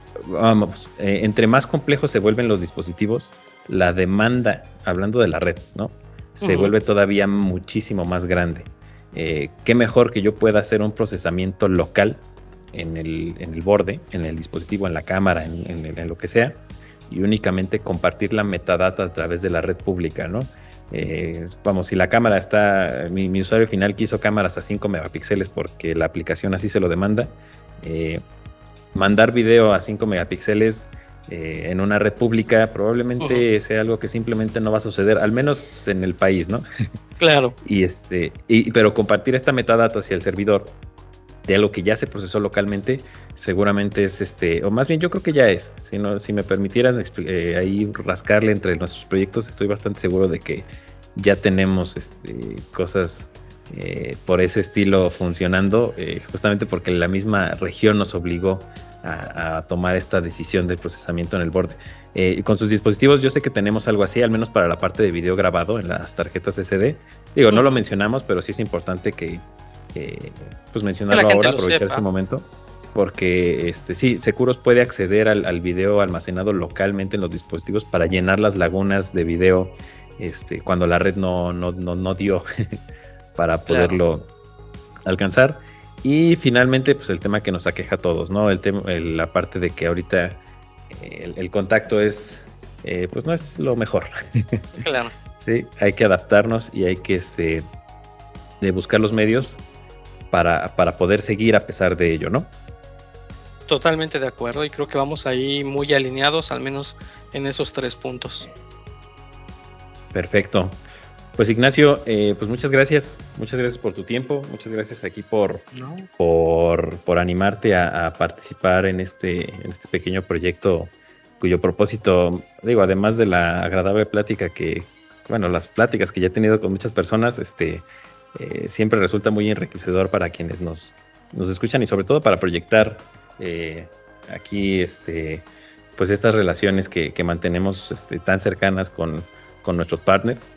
vamos, eh, entre más complejos se vuelven los dispositivos, la demanda, hablando de la red, ¿no? Se uh-huh. vuelve todavía muchísimo más grande. Eh, qué mejor que yo pueda hacer un procesamiento local en el, en el borde, en el dispositivo, en la cámara, en, en, en lo que sea, y únicamente compartir la metadata a través de la red pública, ¿no? Eh, vamos, si la cámara está, mi, mi usuario final quiso cámaras a cinco megapíxeles porque la aplicación así se lo demanda, eh, mandar video a cinco megapíxeles eh, en una red pública probablemente uh-huh. sea algo que simplemente no va a suceder, al menos en el país, ¿no? Claro. y este, y, pero compartir esta metadata hacia el servidor de algo que ya se procesó localmente, seguramente es este, o más bien yo creo que ya es, si, no, si me permitieran eh, ahí rascarle entre nuestros proyectos, estoy bastante seguro de que ya tenemos este, cosas eh, por ese estilo funcionando, eh, justamente porque la misma región nos obligó a, a tomar esta decisión del procesamiento en el borde. Eh, con sus dispositivos yo sé que tenemos algo así, al menos para la parte de video grabado en las tarjetas ese de. Digo, no lo mencionamos, pero sí es importante que Eh, pues mencionarlo ahora, aprovechar sepa. este momento, porque este sí, Securos puede acceder al, al video almacenado localmente en los dispositivos para llenar las lagunas de video este, cuando la red no, no, no, no dio para poderlo claro. alcanzar. Y finalmente, pues el tema que nos aqueja a todos, ¿no? El tema, el, la parte de que ahorita el, el contacto es, eh, pues no es lo mejor. Claro. Sí, hay que adaptarnos y hay que este, de buscar los medios Para, para poder seguir a pesar de ello, ¿no? Totalmente de acuerdo, y creo que vamos ahí muy alineados, al menos en esos tres puntos. Perfecto. Pues Ignacio, eh, pues muchas gracias, muchas gracias por tu tiempo, muchas gracias aquí por, No. por, por animarte a, a participar en este, en este pequeño proyecto cuyo propósito, digo, además de la agradable plática que, bueno, las pláticas que ya he tenido con muchas personas, este, eh, siempre resulta muy enriquecedor para quienes nos, nos escuchan y sobre todo para proyectar eh, aquí, este, pues estas relaciones que, que mantenemos este, tan cercanas con, con nuestros partners.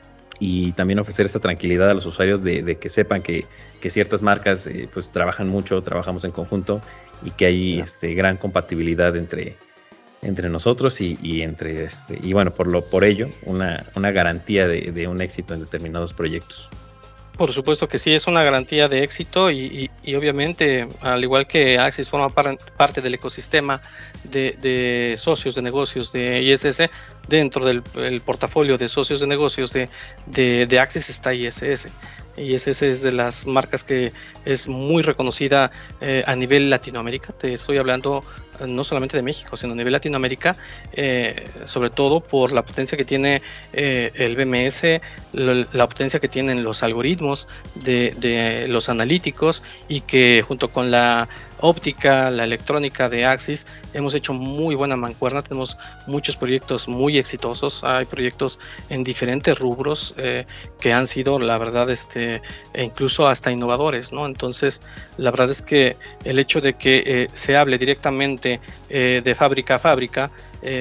Y también ofrecer esa tranquilidad a los usuarios de, de que sepan que, que ciertas marcas eh, pues trabajan mucho, trabajamos en conjunto y que hay este, gran compatibilidad entre, entre nosotros y, y entre este y bueno, por lo por ello, una, una garantía de, de un éxito en determinados proyectos. Por supuesto que sí, es una garantía de éxito y, y, y obviamente, al igual que Axis forma par, parte del ecosistema de, de socios de negocios de I S S, dentro del el portafolio de socios de negocios de, de, de Axis está I S S. I S S es de las marcas que es muy reconocida eh, a nivel Latinoamérica. Te estoy hablando eh, no solamente de México, sino a nivel Latinoamérica, eh, sobre todo por la potencia que tiene eh, el B M S, la, la potencia que tienen los algoritmos de, de los analíticos y que junto con la óptica, la electrónica de Axis, hemos hecho muy buena mancuerna, tenemos muchos proyectos muy exitosos, hay proyectos en diferentes rubros eh, que han sido, la verdad, este, e incluso hasta innovadores, ¿no? Entonces, la verdad es que el hecho de que eh, se hable directamente eh, de fábrica a fábrica,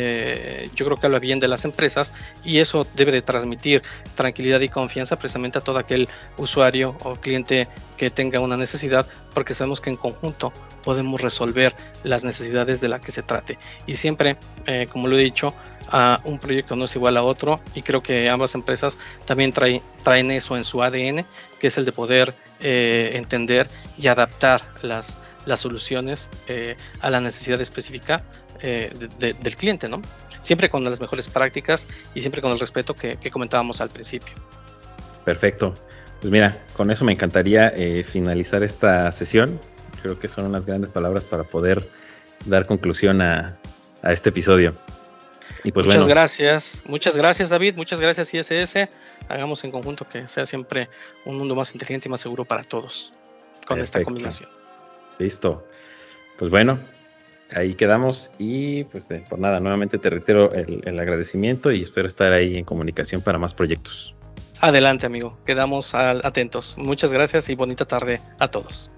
Eh, yo creo que habla bien de las empresas y eso debe de transmitir tranquilidad y confianza precisamente a todo aquel usuario o cliente que tenga una necesidad, porque sabemos que en conjunto podemos resolver las necesidades de la que se trate. Y siempre, eh, como lo he dicho, uh, un proyecto no es igual a otro y creo que ambas empresas también traen, traen eso en su A D N, que es el de poder eh, entender y adaptar las, las soluciones eh, a la necesidad específica Eh, de, de, del cliente, ¿no? Siempre con las mejores prácticas y siempre con el respeto que, que comentábamos al principio. Perfecto. Pues mira, con eso me encantaría eh, finalizar esta sesión. Creo que son unas grandes palabras para poder dar conclusión a, a este episodio. Y pues muchas bueno, gracias, muchas gracias David, muchas gracias I S S. Hagamos en conjunto que sea siempre un mundo más inteligente y más seguro para todos con perfecto. Esta combinación. Listo. Pues bueno, ahí quedamos y pues de, por nada, nuevamente te reitero el, el agradecimiento y espero estar ahí en comunicación para más proyectos. Adelante, amigo, quedamos al, atentos. Muchas gracias y bonita tarde a todos.